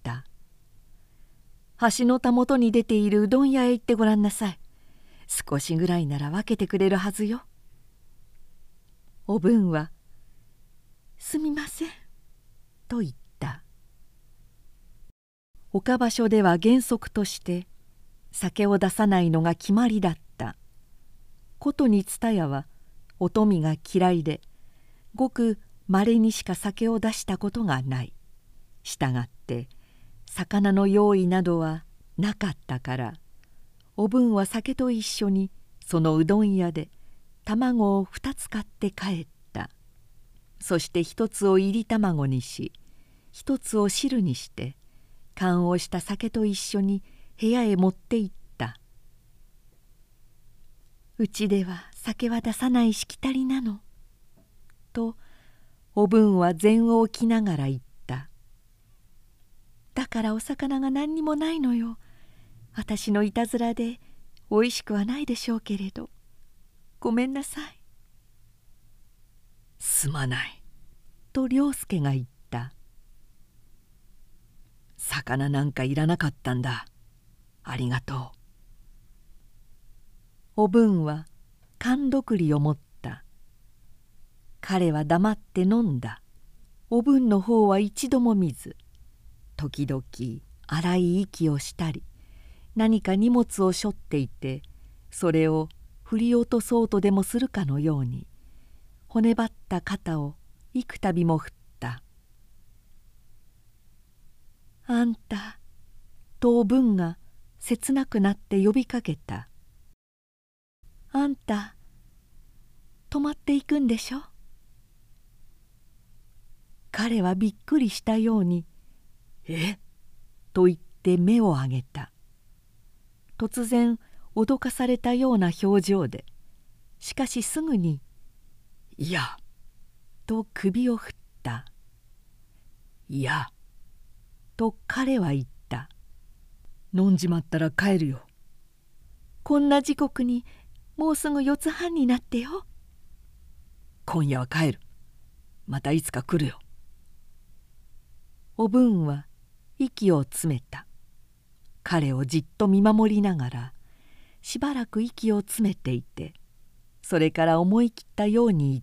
S1: 橋のたもとに出ているうどん屋へ行ってごらんなさい。少しぐらいなら分けてくれるはずよ」。おぶんは「すみません」と言った。岡場所では原則として酒を出さないのが決まりだった。ことに蔦屋はお富が嫌いで、ごくまれにしか酒を出したことがない。したがって魚の用意などはなかったから、おぶんは酒と一緒にそのうどん屋で卵を2つ買って帰った。そして1つをいり卵にし、1つを汁にして燗をした酒と一緒に部屋へ持って行った。「うちでは酒は出さないしきたりなの」とおぶんは膳を置きながら言った。「だからお魚が何にもないのよ。私のいたずらでおいしくはないでしょうけれど、ごめんなさい」。「すまない」と良介が言った。「魚なんかいらなかったんだ。ありがとう」。おぶんは寒どくりを持った。彼は黙って飲んだ。おぶんの方は一度も見ず、時々荒い息をしたり、何か荷物を背負っていて、それを振り落とそうとでもするかのように骨張った肩を幾度も振った。「あんた」とおぶんが切なくなって呼びかけた。「あんた泊まっていくんでしょ?」。彼はびっくりしたように「え?」と言って目を上げた。突然脅かされたような表情で、しかしすぐに「いや」と首を振った。「いや」と彼は言った。「飲んじまったら帰るよ」。「こんな時刻にもうすぐ4つ半になってよ」。「今夜は帰る。またいつか来るよ」。おぶんは息を詰めた。彼をじっと見守りながらしばらく息を詰めていて、それから思い切ったように言った。「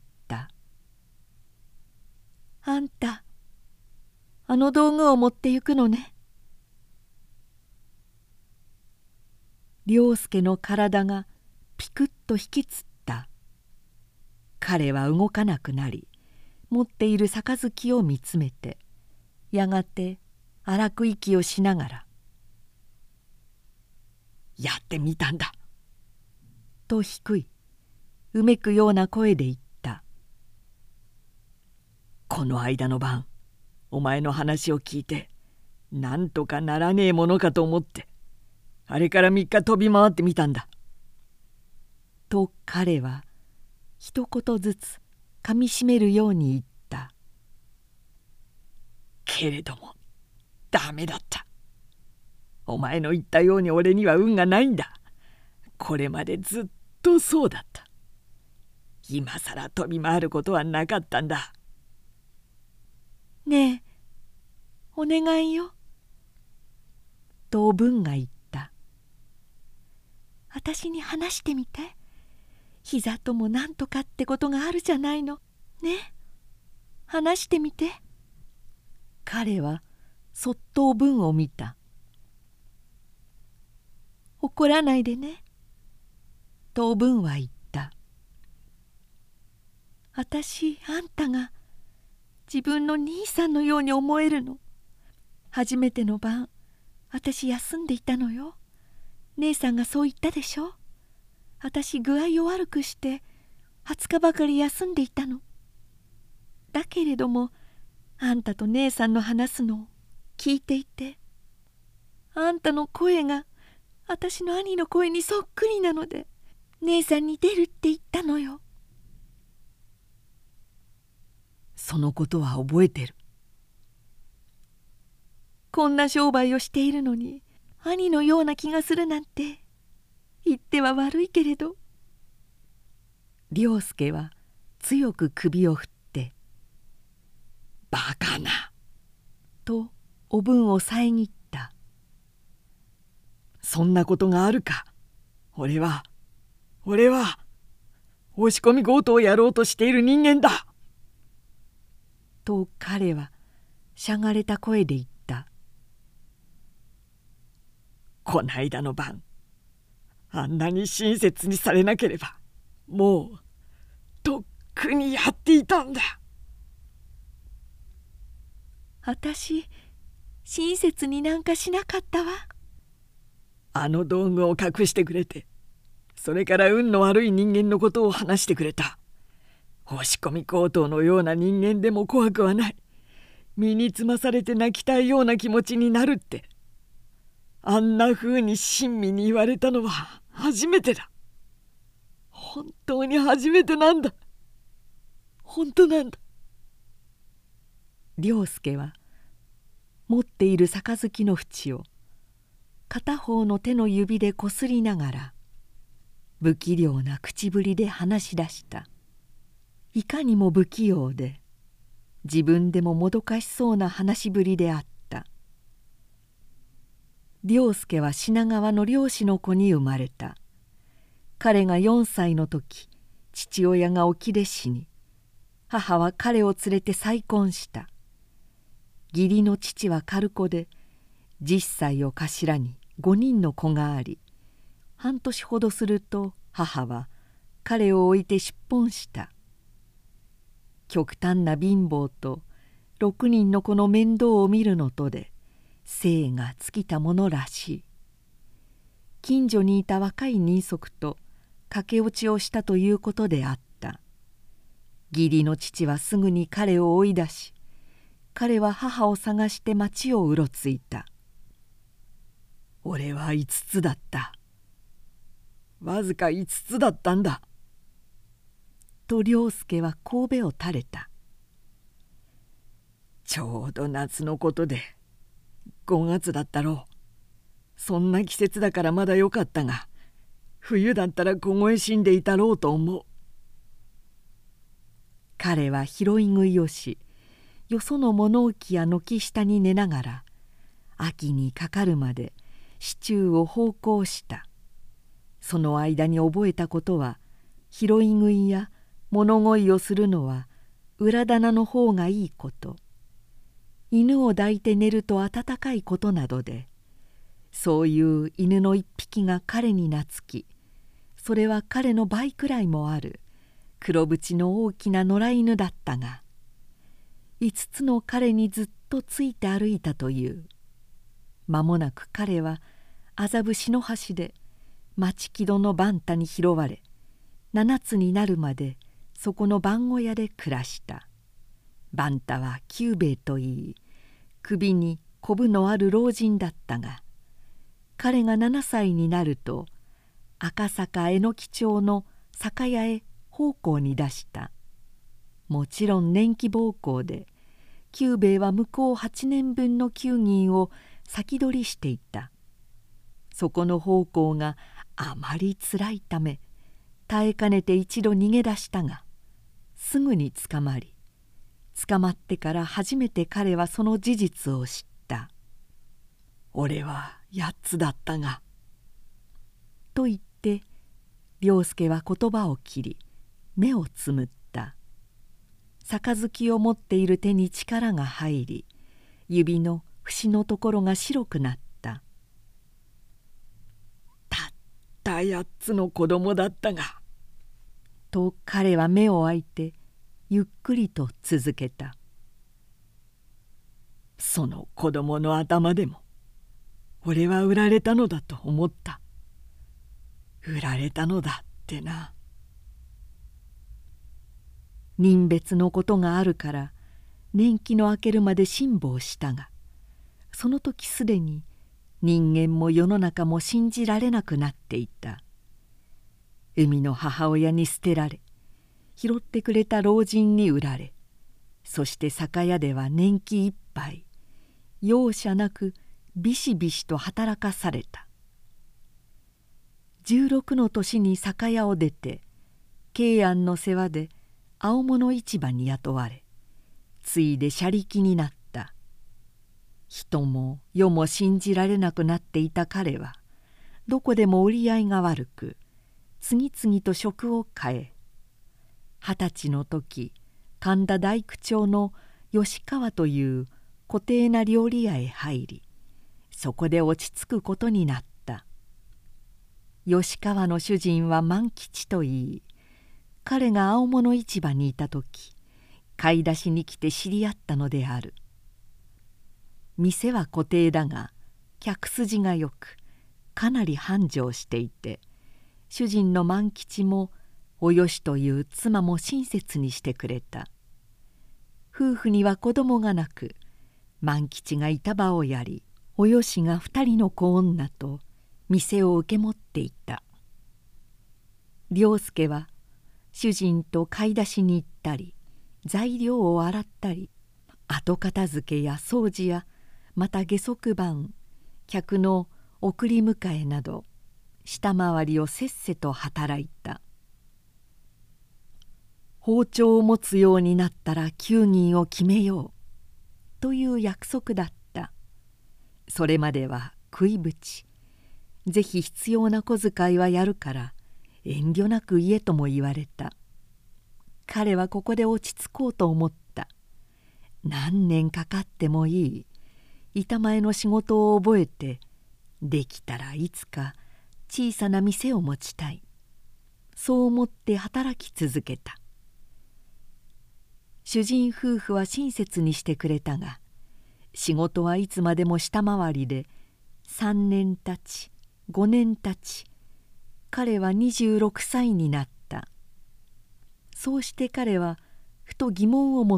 S1: あんたあの道具を持ってゆくのね」。良介の体がピクッと引きつった。彼は動かなくなり、持っている杯を見つめて、やがて荒く息をしながら「やってみたんだ」と低いうめくような声で言った。「この間の晩お前の話を聞いてなんとかならねえものかと思って、あれから3日飛び回ってみたんだ」と彼は一言ずつかみしめるように言った。「けれどもダメだった。 お前の言ったように俺には運がないんだ。これまでずっとそうだった。今さら飛び回ることはなかったんだ。ねえ、お願いよ。とおぶんが言った。私に話してみて。膝ともなんとかってことがあるじゃないの。ね、話してみて。彼はそっとおぶんを見た。怒らないでね。とおぶんは言った。私あんたが自分の兄さんのように思えるの。初めての晩私休んでいたのよ。姉さんがそう言ったでしょ。私具合を悪くして20日ばかり休んでいたの。だけれどもあんたと姉さんの話すのを聞いていて、あんたの声が私の兄の声にそっくりなので姉さんに出るって言ったのよ。そのことは覚えてる。こんな商売をしているのに兄のような気がするなんて言っては悪いけれど。良介は強く首を振って「バカな」とおぶんを遮った。そんなことがあるか。俺は押し込み強盗をやろうとしている人間だ。と彼はしゃがれた声で言った。こないだの晩あんなに親切にされなければもうとっくにやっていたんだ。私親切になんかしなかったわ。あの道具を隠してくれて、それから運の悪い人間のことを話してくれた。押し込み強盗のような人間でも怖くはない。身につまされて泣きたいような気持ちになるって、あんなふうに親身に言われたのは初めてだ。本当に初めてなんだ。本当なんだ。良介は持っている杯の縁を片方の手の指でこすりながら不器量な口ぶりで話し出した。いかにも不器用で自分でももどかしそうな話しぶりであった。良介は品川の漁師の子に生まれた。彼が4歳の時父親が沖で死に、母は彼を連れて再婚した。義理の父はカルコで10歳を頭に5人の子があり、半年ほどすると母は彼を置いて出奔した。極端な貧乏と6人の子の面倒を見るのとで精が尽きたものらしい。近所にいた若い人足と駆け落ちをしたということであった。義理の父はすぐに彼を追い出し、彼は母を探して町をうろついた。俺は5つだった。わずか5つだったんだ。と良介は頭を垂れた。ちょうど夏のことで5月だったろう。そんな季節だからまだよかったが、冬だったら凍え死んでいたろうと思う。彼は拾い食いをし、よその物置や軒下に寝ながら秋にかかるまで市中を奉公した。その間に覚えたことは、拾い食いや物乞いをするのは裏棚の方がいいこと、犬を抱いて寝ると暖かいことなどで、そういう犬の一匹が彼に懐き、それは彼の倍くらいもある黒縁の大きな野良犬だったが、5つの彼にずっとついて歩いたという。間もなく彼は麻布篠橋で町木戸の番太に拾われ、7つになるまでそこの番小屋で暮らした。番太は久兵衛といい、首にこぶのある老人だったが、彼が7歳になると赤坂榎木町の酒屋へ奉公に出した。もちろん年季奉公で、久兵衛は向こう8年分の給銀を先取りしていた。 そこの奉公があまりつらいため耐えかねて一度逃げ出したが、すぐに捕まり、捕まってから初めて彼はその事実を知った。俺は8つだったが。と言って良介は言葉を切り目をつむった。杯を持っている手に力が入り、指の節のところが白くなった。たった8つの子供だったが。と彼は目を開いてゆっくりと続けた。その子供の頭でも俺は売られたのだと思った。売られたのだってな。人別のことがあるから年季の明けるまで辛抱したが、その時すでに人間も世の中も信じられなくなっていた。海の母親に捨てられ、拾ってくれた老人に売られ、そして酒屋では年季いっぱい容赦なくビシビシと働かされた。16の年に酒屋を出て慶安の世話で青物市場に雇われ、ついで車力になった。人も世も信じられなくなっていた彼は、どこでも売り合いが悪く次々と職を変え、20歳の時神田大工町の吉川という固定な料理屋へ入り、そこで落ち着くことになった。吉川の主人は万吉といい、彼が青物市場にいた時買い出しに来て知り合ったのである。店は固定だが客筋がよく、かなり繁盛していて、主人の万吉もおよしという妻も親切にしてくれた。夫婦には子供がなく、万吉が板場をやり、およしが2人の子女と店を受け持っていた。良介は主人と買い出しに行ったり、材料を洗ったり、後片付けや掃除や、また下足番、客の送り迎えなど下回りをせっせと働いた。包丁を持つようになったら給銀を決めようという約束だった。それまでは食いぶち、ぜひ必要な小遣いはやるから遠慮なく言えとも言われた。彼はここで落ち着こうと思った。何年かかってもいい、板前の仕事を覚えて、できたらいつか小さな店を持ちたい、そう思って働き続けた。主人夫婦は親切にしてくれたが、仕事はいつまでも下回りで、3年たち5年たち、彼は26歳になった。そうして彼はふと疑問を持った。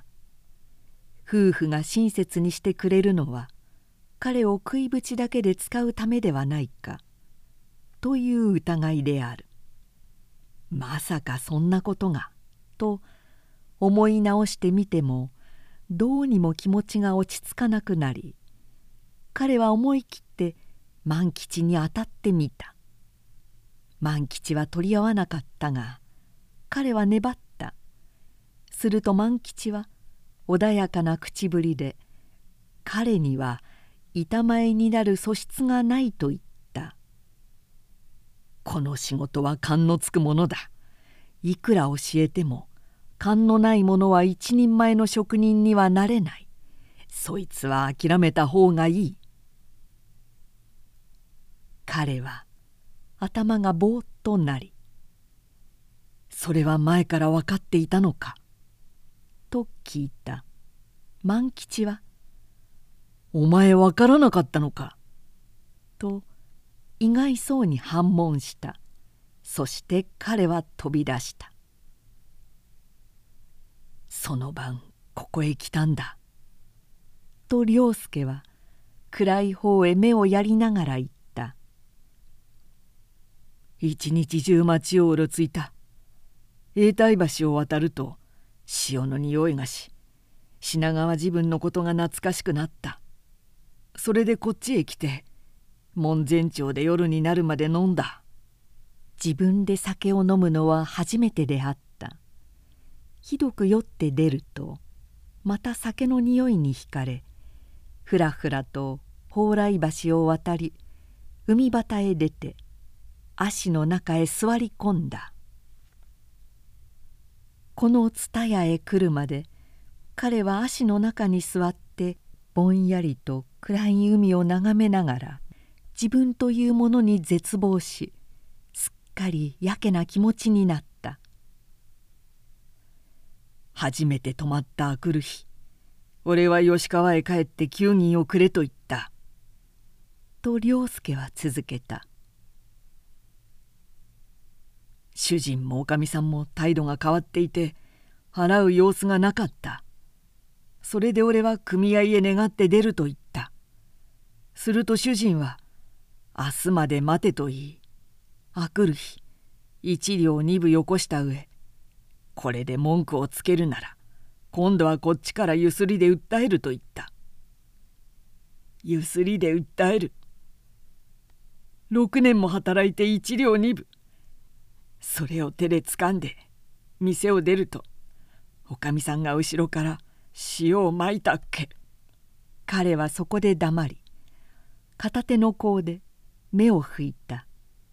S1: 夫婦が親切にしてくれるのは彼を食いぶちだけで使うためではないかという疑いである。まさかそんなことがと思い直してみても、どうにも気持ちが落ち着かなくなり、彼は思い切って万吉に当たってみた。万吉は取り合わなかったが、彼は粘った。すると万吉は穏やかな口ぶりで、彼には板前になる素質がないと言った。この仕事は勘のつくものだ。いくら教えても勘のない者は一人前の職人にはなれない。そいつは諦めた方がいい。彼は頭がぼーっとなり、それは前から分かっていたのかと聞いた。万吉は、お前分からなかったのかと意外そうに反問した。そして彼は飛び出した。その晩ここへ来たんだと良介は暗い方へ目をやりながら言った。一日中町をうろついた。永代橋を渡ると潮の匂いがし、品川自分のことが懐かしくなった。それでこっちへ来て門前町で夜になるまで飲んだ。自分で酒を飲むのは初めてであった。ひどく酔って出るとまた酒の匂いに惹かれ、ふらふらと蓬莱橋を渡り海端へ出て葦の中へ座り込んだ。この蔦屋へ来るまで彼は葦の中に座ってぼんやりと暗い海を眺めながら自分というものに絶望し、すっかりやけな気持ちになった。初めて泊まったあくる日、俺は吉川へ帰って9銀をくれと言った。と良介は続けた。主人もおかみさんも態度が変わっていて払う様子がなかった。それで俺は組合へ願って出ると言った。すると主人は明日まで待てと言い、あくる日1両2分よこした上、これで文句をつけるなら今度はこっちからゆすりで訴えると言った。ゆすりで訴える。6年も働いて1両2分。それを手でつかんで店を出ると、おかみさんが後ろから塩をまいたっけ。彼はそこで黙り、片手の甲で目を拭いた。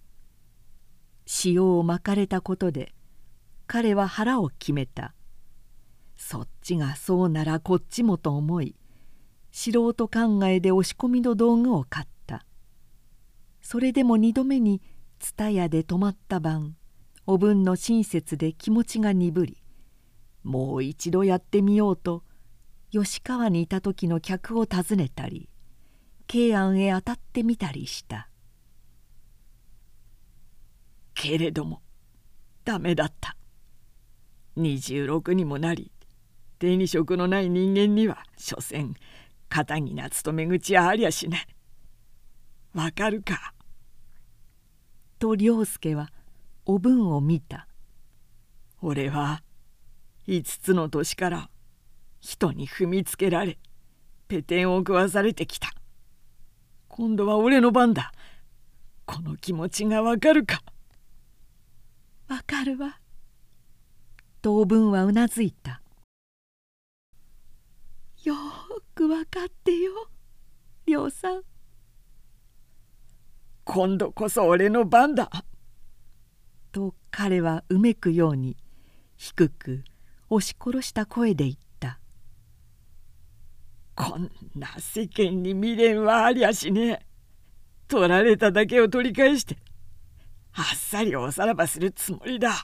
S1: 塩をまかれたことで彼は腹を決めた。そっちがそうならこっちもと思い、素人考えで押し込みの道具を買った。それでも2度目に蔦屋で泊まった晩、おぶんの親切で気持ちが鈍り、もう一度やってみようと吉川にいた時の客を訪ねたり慶安へ当たってみたりした。けれどもダメだった。26にもなり手に職のない人間には所詮堅気な勤め口はありゃしない。わかるか。と良介はおぶんを見た。俺は5つの年から人に踏みつけられペテンを食わされてきた。今度は俺の番だ。この気持ちがわかるか。わかるわ。とおぶんはうなずいた。よーくわかってよ、亮さん。今度こそ俺の番だ。と彼はうめくように低く押し殺した声で言った。こんな世間に未練はありゃしねえ。取られただけを取り返してあっさりおさらばするつもりだ。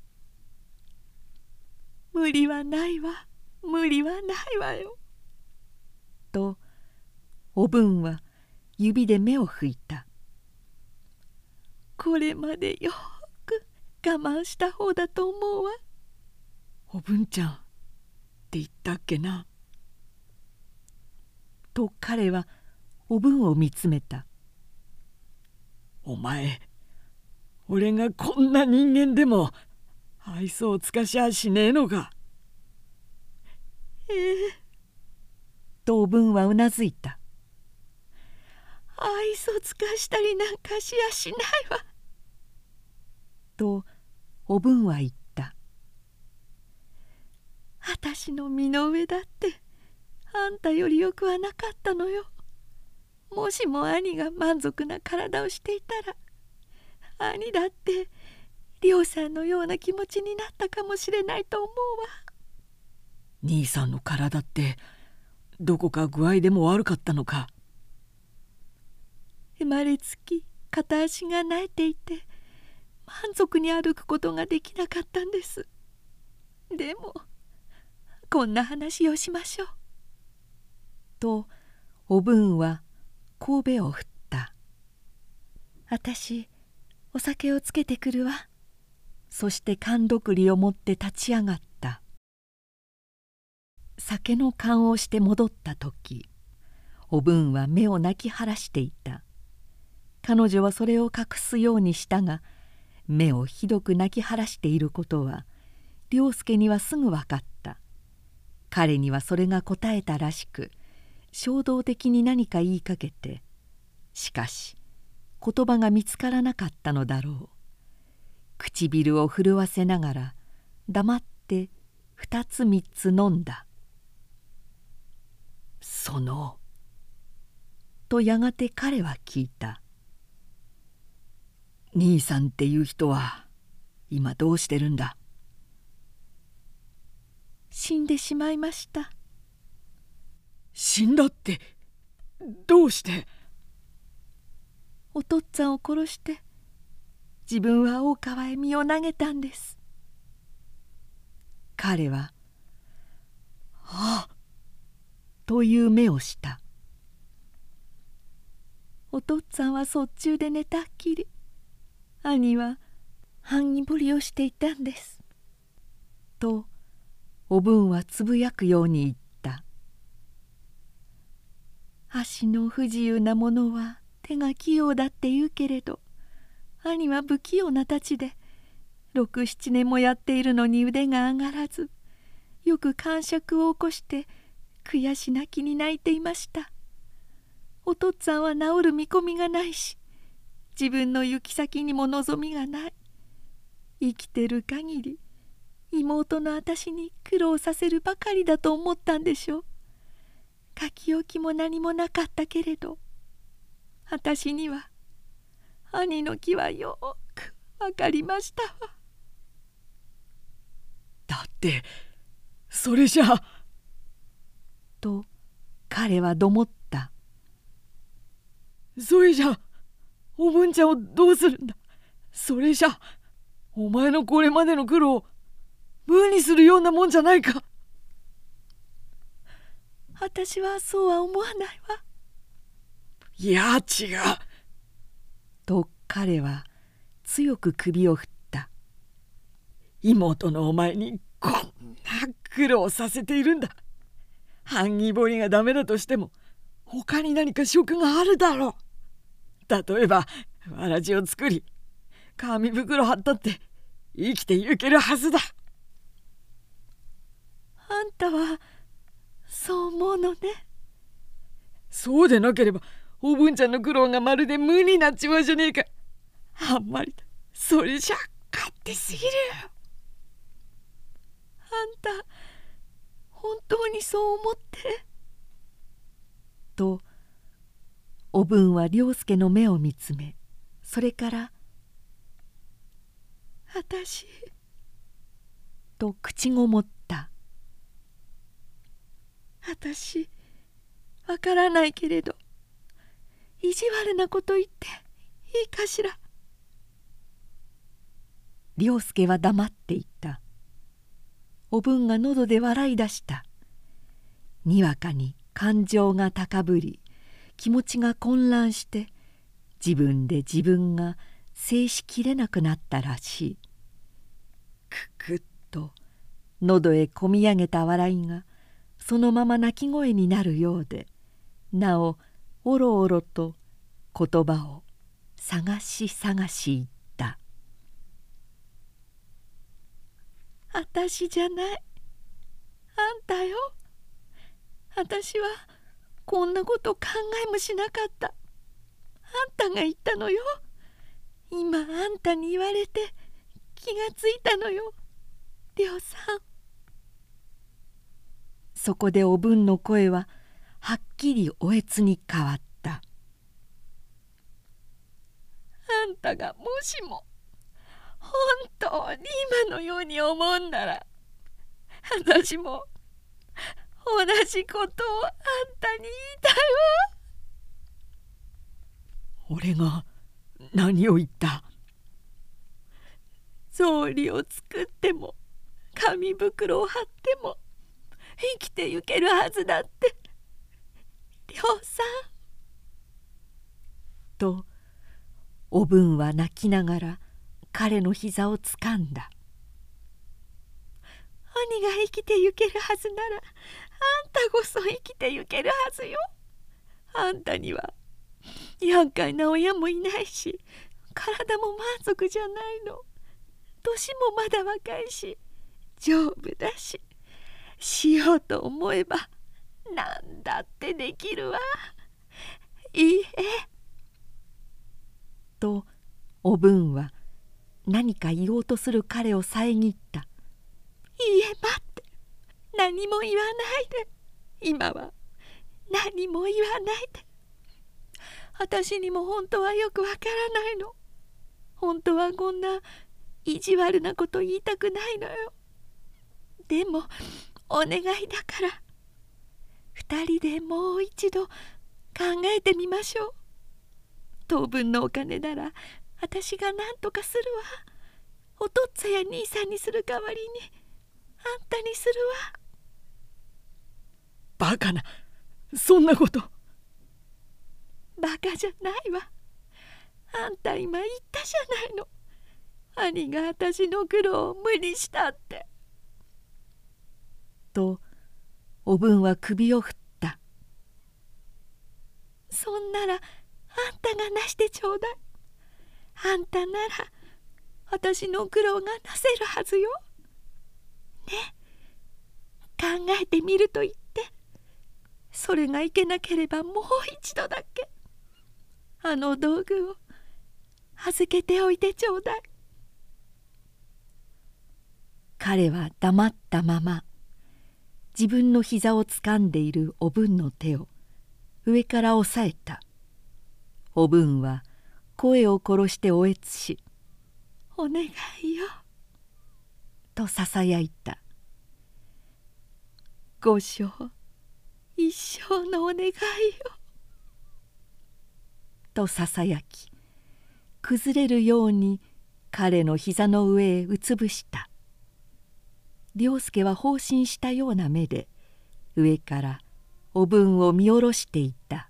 S1: 無理はないわ、無理はないわよ。とおぶんは指で目を拭いた。これまでよく我慢した方だと思うわ。おぶんちゃんって言ったっけな。と彼はおぶんを見つめた。お前、俺がこんな人間でも愛想をつかしゃしねえのか。とおぶんはうなずいた。愛想つかしたりなんかしやしないわ。とおぶんは言った。あたしの身の上だってあんたよりよくはなかったのよ。もしも兄が満足な体をしていたら兄だって亮さんのような気持ちになったかもしれないと思うわ。兄さんの体ってどこか具合でも悪かったのか。生まれつき片足が泣いていて満足に歩くことができなかったんです。でもこんな話をしましょう。とおぶんは神戸を振った。あたしお酒をつけてくるわ。そして缶どくりを持って立ち上がった。酒の燗をして戻った時、おぶんは目を泣き晴らしていた。彼女はそれを隠すようにしたが、目をひどく泣き晴らしていることは良介にはすぐ分かった。彼にはそれが答えたらしく、衝動的に何か言いかけて、しかし言葉が見つからなかったのだろう。唇を震わせながら黙って2つ3つ飲んだ。そのとやがて彼は聞いた。兄さんっていう人は今どうしてるんだ。死んでしまいました。
S2: 死んだって、どうして。
S1: お父っつぁんを殺して自分は大川へ身を投げたんです。彼は「ああ」という目をした。お父っつぁんはそっちゅうで寝たっきり、兄は半木彫りをしていたんです。とおぶんはつぶやくように言った。足の不自由なものは手が器用だって言うけれど、兄は不器用なたちで6、7年もやっているのに腕が上がらず、よく癇癪を起こして悔し泣きに泣いていました。お父っつぁんは治る見込みがないし、自分の行き先にも望みがない。生きてる限り妹の私に苦労させるばかりだと思ったんでしょう。書き置きも何もなかったけれど、私には兄の気はよくわかりましたわ。
S2: だってそれじゃ。
S1: と彼はどもった。
S2: それじゃおぶんちゃんをどうするんだ。それじゃお前のこれまでの苦労を無にするようなもんじゃないか。
S1: 私はそうは思わないわ。
S2: いや違う。
S1: と彼は強く首を振った。
S2: 妹のお前にこんな苦労させているんだ。半木彫りがダメだとしても他に何か職があるだろう。例えばわらじを作り紙袋貼ったって生きてゆけるはずだ。
S1: あんたはそう思うのね。
S2: そうでなければおぶんちゃんの苦労がまるで無になっちまうじゃねえか。あんまりだ。それじゃ勝手すぎるよ。
S1: あんた本当にそう思って。とおぶんは良介の目を見つめ、それから「あたし」と口ごもった。あたしわからないけれど、意地悪なこと言っていいかしら。良介は黙っていた。おぶんが喉で笑い出した。にわかに感情が高ぶり、気持ちが混乱して、自分で自分が制しきれなくなったらしい。くくっと喉へこみ上げた笑いがそのまま泣き声になるようで、なおおろおろと言葉を探し探し言った。あたしじゃない、あんたよ。あたしはこんなこと考えもしなかった。あんたが言ったのよ。今あんたに言われて気がついたのよ、りょうさん。そこでおぶんの声ははっきりおえつに変わった。あんたがもしも本当に今のように思うんなら、私も同じことをあんたに言いたいわ。
S2: 俺が何を言った。
S1: 草履を作っても紙袋を貼っても生きてゆけるはずだってりょうさん。とおぶんは泣きながら彼の膝をつかんだ。兄が生きてゆけるはずなら、あんたこそ生きてゆけるはずよ。あんたには厄介な親もいないし、体も満足じゃないの。年もまだ若いし丈夫だし、しようと思えば何だってできるわ。いいえ。 とおぶんは何か言おうとする彼を遮った。
S2: いいえ、待って、何も言わないで。今は何も言わないで。私にも本当はよくわからないの。本当はこんな意地悪なこと言いたくないのよ。でもお願いだから2人でもう一度考えてみましょう。当分のお金なら私が何とかするわ。お父っつぁんや兄さんにする代わりにあんたにするわ。
S1: バカな、そんなこと。
S2: バカじゃないわ。あんた今言ったじゃないの。兄が私の苦労を無にしたって。
S1: とおぶんは首を振った。
S2: そんならあんたがなしてちょうだい。あんたなら私の苦労がなせるはずよ。ね、考えてみると言って、それがいけなければもう一度だけあの道具を預けておいてちょうだい。
S1: 彼は黙ったまま自分の膝をつかんでいるおぶんの手を上から押さえた。おぶんは声を殺しておえつし、
S2: お願いよ
S1: とささやいた。
S2: 五生一生のお願いよ
S1: とささやき、崩れるように彼の膝の上へうつぶした。良介は放心したような目で上からおぶんを見下ろしていた。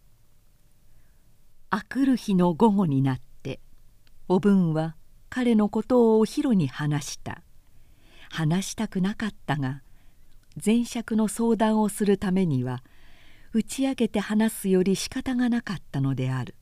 S1: あくる日の午後になっておぶんは彼のことをおひろに話した。話したくなかったが前酌の相談をするためには打ち明けて話すより仕方がなかったのである。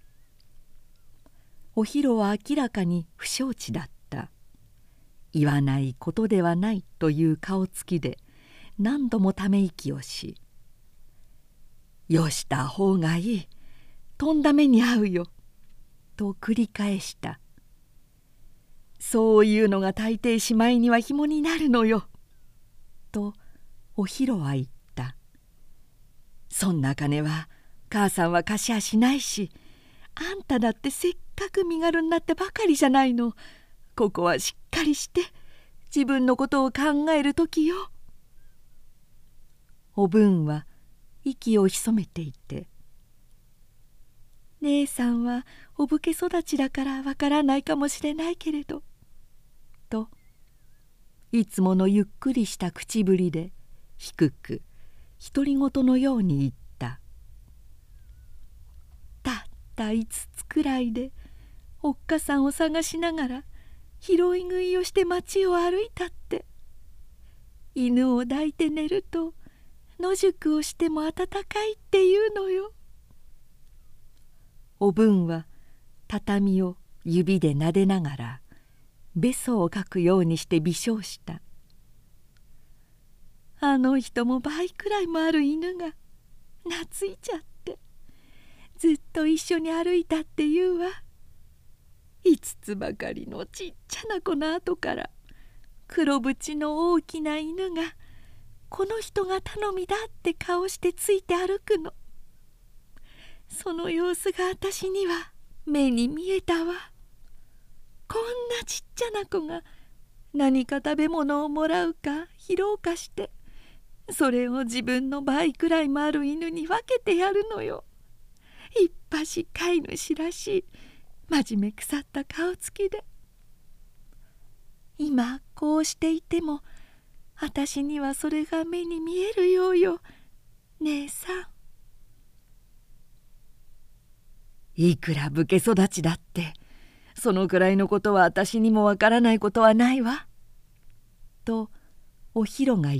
S1: おひろは明らかに不承知だった。言わないことではないという顔つきで何度もため息をし、よした方がいい、とんだ目に遭うよと繰り返した。そういうのが大抵しまいには紐になるのよとおひろは言った。そんな金は母さんは貸しやしないし、あんただってせっかく身軽になってばかりじゃないの。ここはしっかりして自分のことを考える時よ。おぶんは息を潜めていて、姉さんはお武家育ちだからわからないかもしれないけれど、といつものゆっくりした口ぶりで低く独り言のように言った。たった5つくらいでおっかさんを探しながら拾い食いをして町を歩いたって。犬を抱いて寝ると野宿をしても暖かいっていうのよ。おぶんは畳を指で撫でながらべそをかくようにして微笑した。あの人も倍くらいもある犬が懐いちゃってずっと一緒に歩いたっていうわ。5つばかりのちっちゃな子の後から黒縁の大きな犬がこの人が頼みだって顔してついて歩くの。その様子が私には目に見えたわ。こんなちっちゃな子が何か食べ物をもらうか拾うかして、それを自分の倍くらいもある犬に分けてやるのよ。いっぱし飼い主らしい真面目腐った顔つきで。今こうしていても私にはそれが目に見えるようよ、姉さん。いくら武家育ちだってそのくらいのことは私にもわからないことはないわ。とおひろが言った。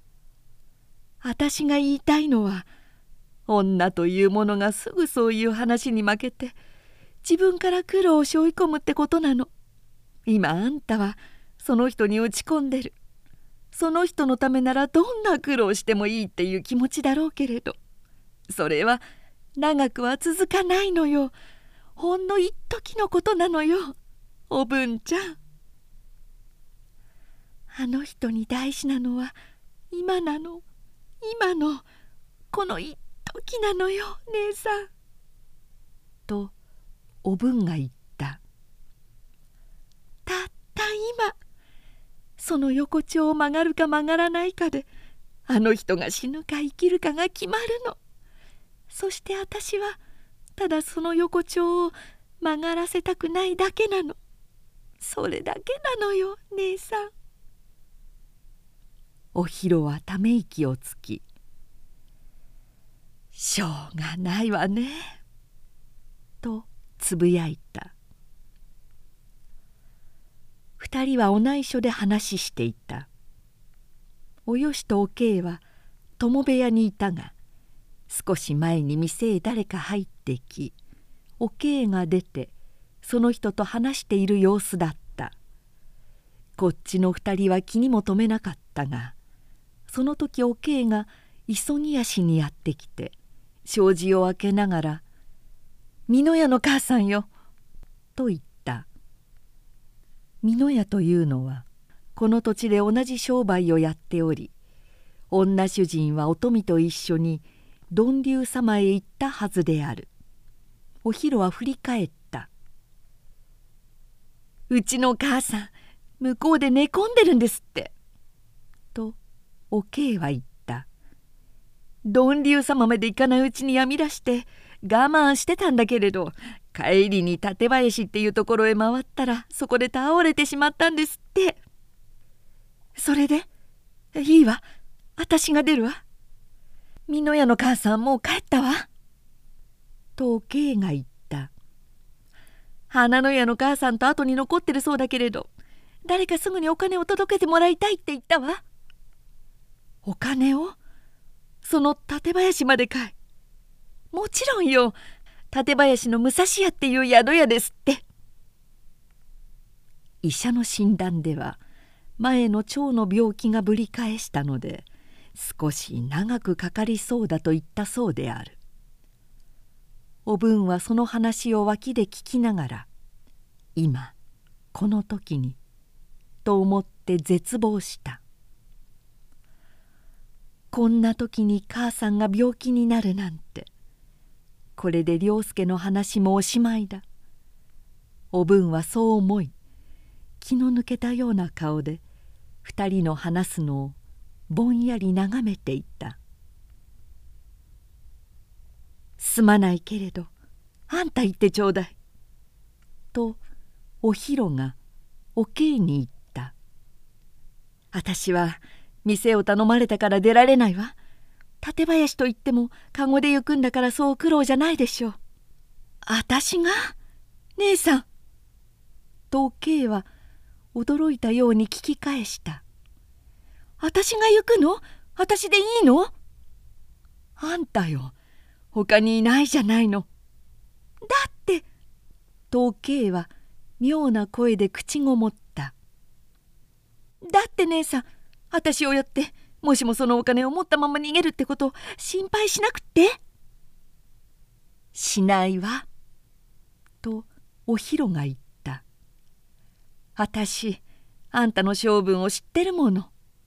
S1: 私が言いたいのは、女というものがすぐそういう話に負けて自分から苦労を背負い込むってことなの。今あんたはその人に打ち込んでる。その人のためならどんな苦労してもいいっていう気持ちだろうけれど、それは長くは続かないのよ。 ほんの一時のことなのよ、おぶんちゃん。あの人に大事なのは今なの、今のこの一時なのよ、姉さん。とおぶんが言った。たった今、その横丁を曲がるか曲がらないかで、あの人が死ぬか生きるかが決まるの。そして私はただその横丁を曲がらせたくないだけなの。それだけなのよ、姉さん。おひろはため息をつき、しょうがないわね、とつぶやいた。二人はお内所で話していた。およしとおけいは友部屋にいたが、少し前に店へ誰か入ってき、おけいが出てその人と話している様子だった。こっちの二人は気にも留めなかったが、その時おけいが急ぎ足にやってきて障子を開けながら「美濃屋の母さんよ」と言った。美濃屋というのはこの土地で同じ商売をやっており、女主人はお富と一緒に鈍龍様へ行ったはずである。おひろは振り返った。うちの母さん向こうで寝込んでるんですって。とおけいは言った。鈍龍様まで行かないうちにやみ出して我慢してたんだけれど、帰りに館林っていうところへ回ったらそこで倒れてしまったんですって。それでいいわ、私が出るわ。美濃屋の母さんもう帰ったわ。とおけいが言った。花の屋の母さんと後に残ってるそうだけれど、誰かすぐにお金を届けてもらいたいって言ったわ。お金を？その館林までかい。もちろんよ、館林の武蔵屋っていう宿屋ですって。医者の診断では前の腸の病気がぶり返したので少し長くかかりそうだと言ったそうである。おぶんはその話を脇で聞きながら、今この時にと思って絶望した。こんな時に母さんが病気になるなんて、これで良介の話もおしまいだ。おぶんはそう思い、気の抜けたような顔で二人の話すのをぼんやり眺めていた。すまないけれどあんた言ってちょうだい。とおひろがおけいに言った。あたしは店を頼まれたから出られないわ。館林といっても籠で行くんだからそう苦労じゃないでしょう。あたしが？姉さん。とおけいは驚いたように聞き返した。あたしが行くの？あたしでいいの？あんたよ、他にいないじゃないの。だって。とおけいは妙な声で口ごもった。だって姉さん、あたしをやってもしもそのお金を持ったまま逃げるってことを心配しなくって。しないわ。とおひろが言った。あたしあんたの性分を知ってるもの。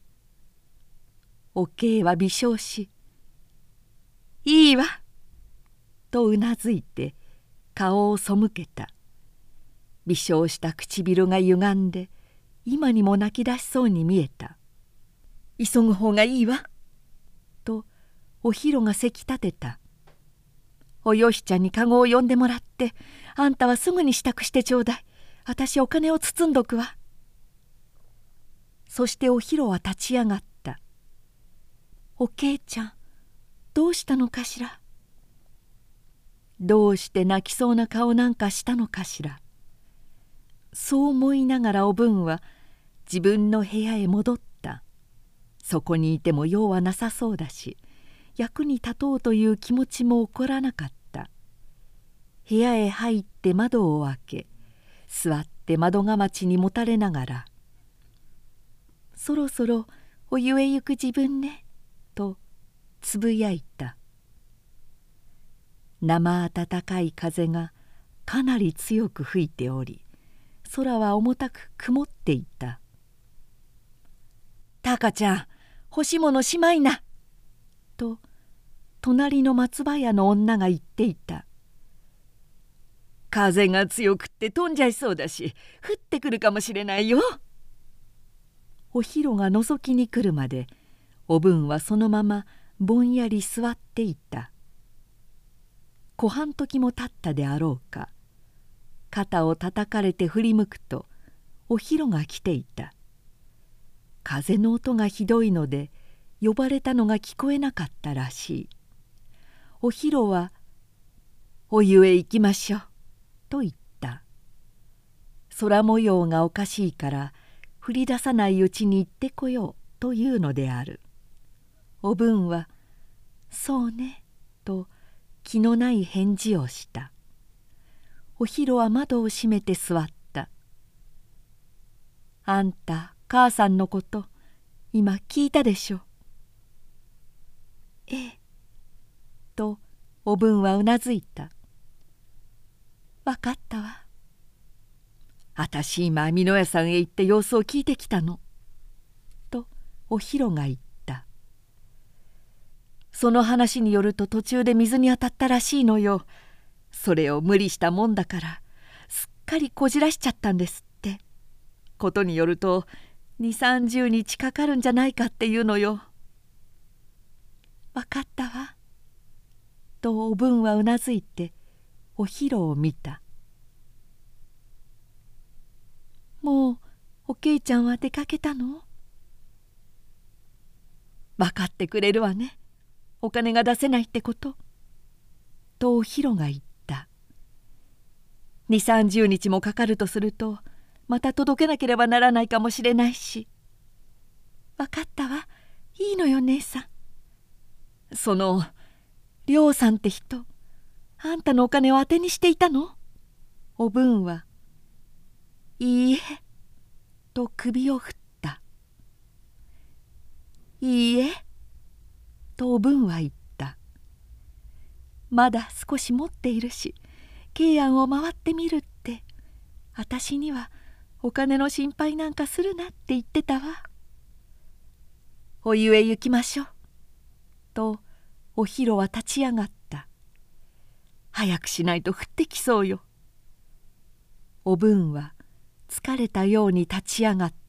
S1: おけいは微笑し、いいわ。とうなずいて顔を背けた。微笑した唇が歪んで今にも泣き出しそうに見えた。急ぐ方がいいわ。とおひろがせき立てた。およしちゃんにかごを呼んでもらってあんたはすぐに支度してちょうだい。あたしお金を包んどくわ。そしておひろは立ち上がった。おけいちゃんどうしたのかしら。どうして泣きそうな顔なんかしたのかしら。そう思いながらおぶんは自分の部屋へ戻った。そこにいても用はなさそうだし、役に立とうという気持ちも起こらなかった。部屋へ入って窓を開け、座って窓がまちにもたれながら「そろそろお湯へ行く自分ね」とつぶやいた。生暖かい風がかなり強く吹いており、空は重たく曇っていた。「たかちゃん、干し物しまいな」と隣の松葉屋の女が言っていた。「風が強くって飛んじゃいそうだし、降ってくるかもしれないよ」。おひろが覗きに来るまで、おぶんはそのままぼんやり座っていた。小半時も経ったであろうか、肩をたたかれて振り向くとおひろが来ていた。風の音がひどいので呼ばれたのが聞こえなかったらしい。おひろは「お湯へ行きましょう」と言った。空模様がおかしいから降り出さないうちに行ってこようというのである。おぶんは「そうね」と気のない返事をした。おひろは窓を閉めて座った。「あんた母さんのこと今聞いたでしょ」。「ええ」とおぶんはうなずいた。「わかったわ。あたし今美濃屋さんへ行って様子を聞いてきたの」とおひろが言った。その話によると途中で水に当たったらしいのよ。それを無理したもんだからすっかりこじらしちゃったんですって。ことによると20、30日かかるんじゃないかっていうのよ。わかったわ。とおぶんはうなずいておひろを見た。もうおけいちゃんは出かけたの？分かってくれるわね。お金が出せないってこと。とおひろが言った。20、30日もかかるとするとまた届けなければならないかもしれないし。分かったわ。いいのよ姉さん。そのりょうさんって人、あんたのお金を当てにしていたの？おぶんは「いいえ」と首を振った。「いいえ」とおぶんは言った。まだ少し持っているし慶安を回ってみるって、あたしにはお金の心配なんかするなって言ってたわ。お湯へ行きましょう。とおひろは立ち上がった。早くしないと降ってきそうよ。おぶんは疲れたように立ち上がった。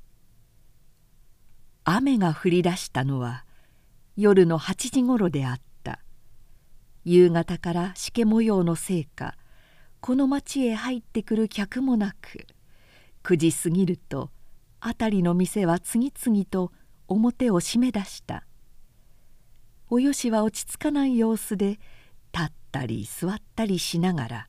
S1: 雨が降り出したのは夜の8時ごろであった。夕方からしけ模様のせいか、この町へ入ってくる客もなく、9時過ぎると辺りの店は次々と表を閉め出した。およしは落ち着かない様子で立ったり座ったりしながら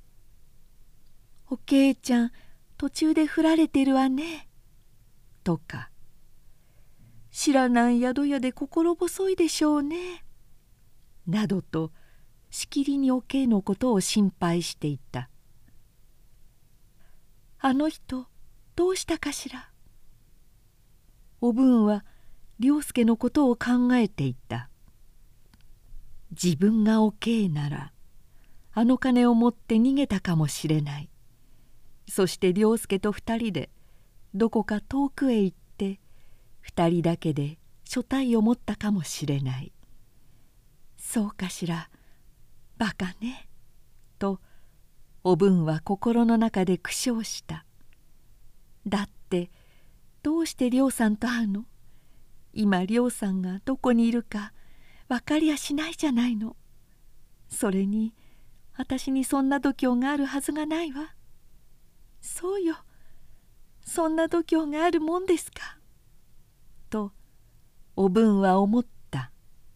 S1: 「おけいちゃん途中で振られてるわね」とか「知らない宿屋で心細いでしょうね」などとしきりにおけいのことを心配していた。「あの人どうしたかしら」。おぶんは良介のことを考えていた。自分がおけいならあの金を持って逃げたかもしれない。そして良介と2人でどこか遠くへ行って2人だけで所帯を持ったかもしれない。そうかしら、バカね。とおぶんは心の中で苦笑した。だってどうしてりょうさんと会うの？今りょうさんがどこにいるか分かりやしないじゃないの。それに私にそんな度胸があるはずがないわ。そうよ、そんな度胸があるもんですか。とおぶんは思った。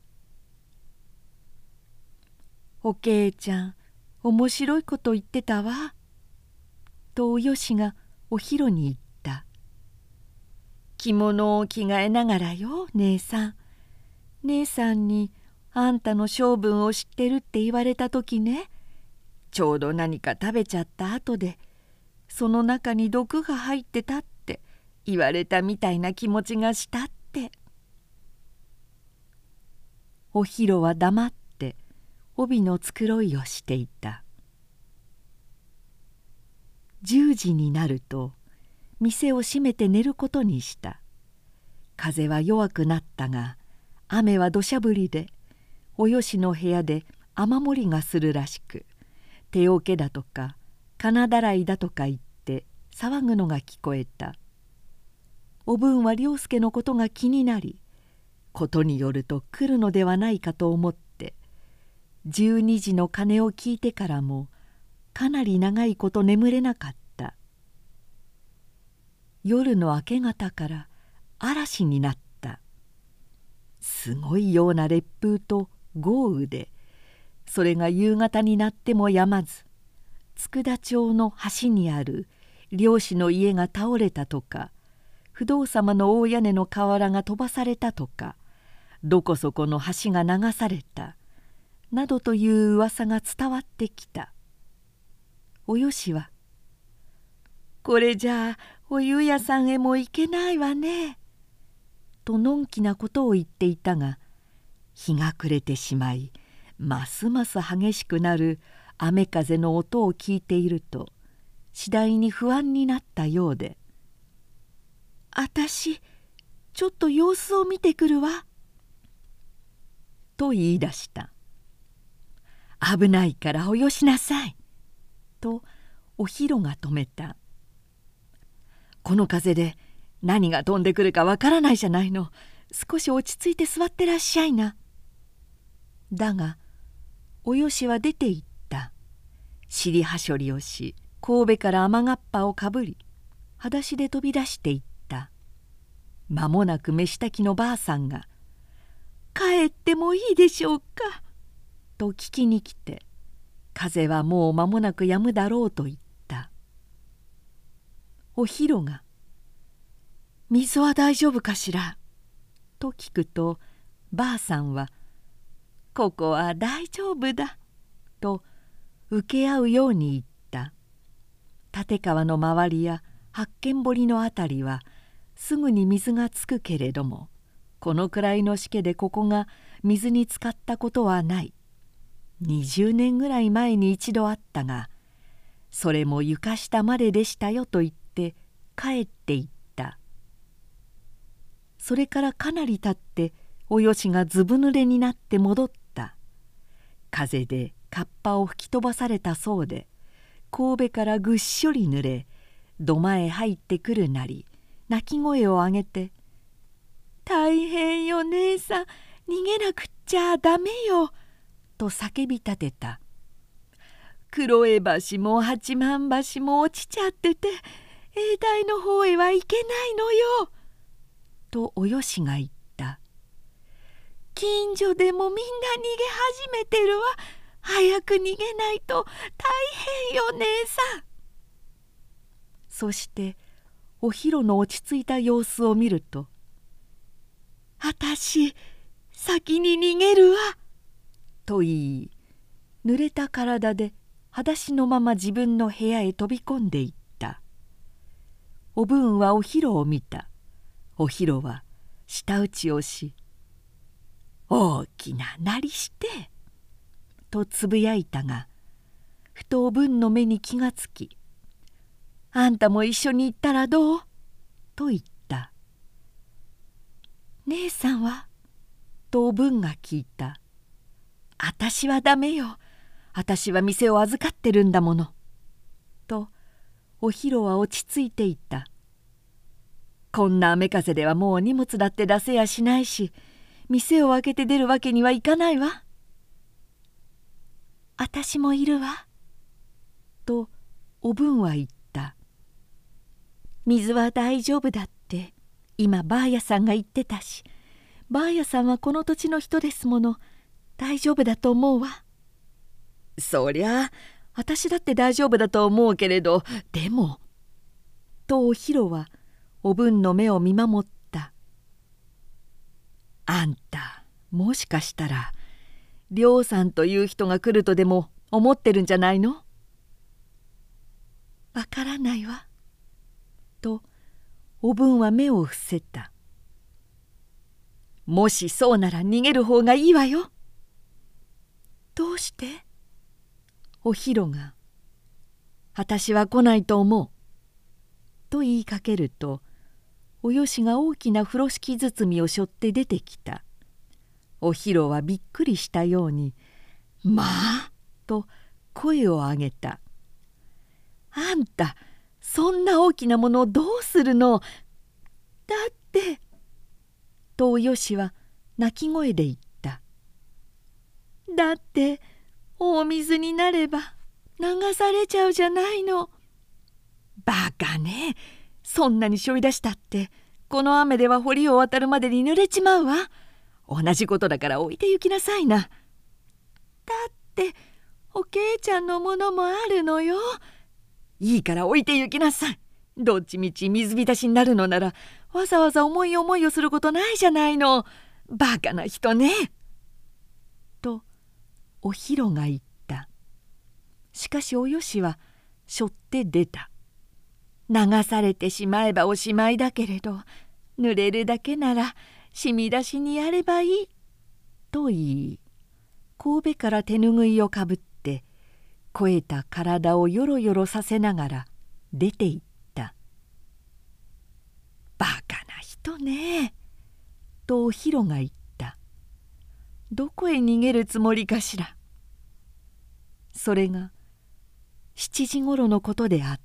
S1: おけいちゃん面白いこと言ってたわ。とおよしがおひろに言った。着物を着替えながらよ姉さん。姉さんにあんたの性分を知ってるって言われた時ね、ちょうど何か食べちゃった後でその中に毒が入ってたって言われたみたいな気持ちがしたって。おひろは黙って帯の繕いをしていた。 10時になると店を閉めて寝ることにした。風は弱くなったが雨は土砂降りで、およしの部屋で雨漏りがするらしく、手桶だとか金だらいだとか言って騒ぐのが聞こえた。おぶんは良介のことが気になり、ことによると来るのではないかと思って12時の鐘を聞いてからもかなり長いこと眠れなかった。夜の明け方から嵐になった。すごいような烈風と豪雨で、それが夕方になってもやまず、佃町の橋にある漁師の家が倒れたとか、不動様の大屋根の瓦が飛ばされたとか、どこそこの橋が流されたなどという噂が伝わってきた。およしは「これじゃあお湯屋さんへも行けないわね」とのんきなことを言っていたが、日が暮れてしまい、ますます激しくなる雨風の音を聞いていると次第に不安になったようで「あたしちょっと様子を見てくるわ」と言い出した。「危ないからおよしなさい」とおひろが止めた。「この風で何が飛んでくるかわからないじゃないの。少し落ち着いて座ってらっしゃいな」だがおよしは出て行った。尻はしょりをし、神戸から雨がっぱをかぶり、裸足で飛び出していった。間もなく飯炊きのばあさんが「帰ってもいいでしょうか」と聞きに来て、風はもう間もなく止むだろうと言った。おひろが「水は大丈夫かしら」と聞くと、ばあさんは「ここは大丈夫だ」と受け合うように言った。立川の周りや八軒堀のあたりはすぐに水がつくけれども、このくらいのしけでここが水に浸かったことはない。20年ぐらい前に一度あったが、それも床下まででしたよと言って帰っていった。それからかなり経っておよしがずぶ濡れになって戻った。風でカッパを吹き飛ばされたそうで、神戸からぐっしょり濡れ、土間へ入ってくるなり泣き声を上げて「大変よ姉さん、逃げなくっちゃダメよ」と叫び立てた。黒江橋も八幡橋も落ちちゃってて、永代の方へは行けないのよ。とおよしが言った。近所でもみんな逃げ始めてるわ。早く逃げないと大変よ姉さん。そしておひろの落ち着いた様子を見ると、あたし先に逃げるわ。と言い、濡れた体で裸足のまま自分の部屋へ飛び込んでいった。おぶんはおひろを見た。おひろは舌打ちをし「大きななりして」とつぶやいたが、ふとおぶんの目に気がつき「あんたも一緒に行ったらどう?」と言った。「姉さんは?」とおぶんが聞いた。「あたしはダメよ。あたしは店を預かってるんだもの」とおひろは落ち着いていた。こんな雨風ではもう荷物だって出せやしないし、店を開けて出るわけにはいかないわ。あたしもいるわ。とおぶんは言った。水は大丈夫だって今ばあやさんが言ってたし、ばあやさんはこの土地の人ですもの。大丈夫だと思うわ。そりゃあたしだって大丈夫だと思うけれど、でも。とおひろはおぶんの目を見守った。あんたもしかしたら亮さんという人が来るとでも思ってるんじゃないの？わからないわ。とおぶんは目を伏せた。もしそうなら逃げる方がいいわよ。どうして？おひろが。 私は来ないと思う」と言いかけると、およしが大きな風呂敷包みを背負って出てきた。おひろはびっくりしたように「まあ」と声を上げた。「あんたそんな大きなものをどうするの？だって」とおよしは泣き声で言った。「だって大水になれば流されちゃうじゃないの。」「バカね、そんなに背負い出したってこの雨では堀を渡るまでに濡れちまうわ。同じことだから置いて行きなさいな。」「だっておけいちゃんのものもあるのよ。」「いいから置いて行きなさい。どっちみち水浸しになるのならわざわざ重い思いをすることないじゃないの。バカな人ね。」とおひろが言った。しかしおよしは背負って出た。流されてしまえばおしまいだけれど、濡れるだけならしみ出しにやればいい」と言い、神戸から手ぬぐいをかぶって肥えた体をよろよろさせながら出て行った。「バカな人ね」とおひろが言った。「どこへ逃げるつもりかしら。」それが7時ごろのことであった。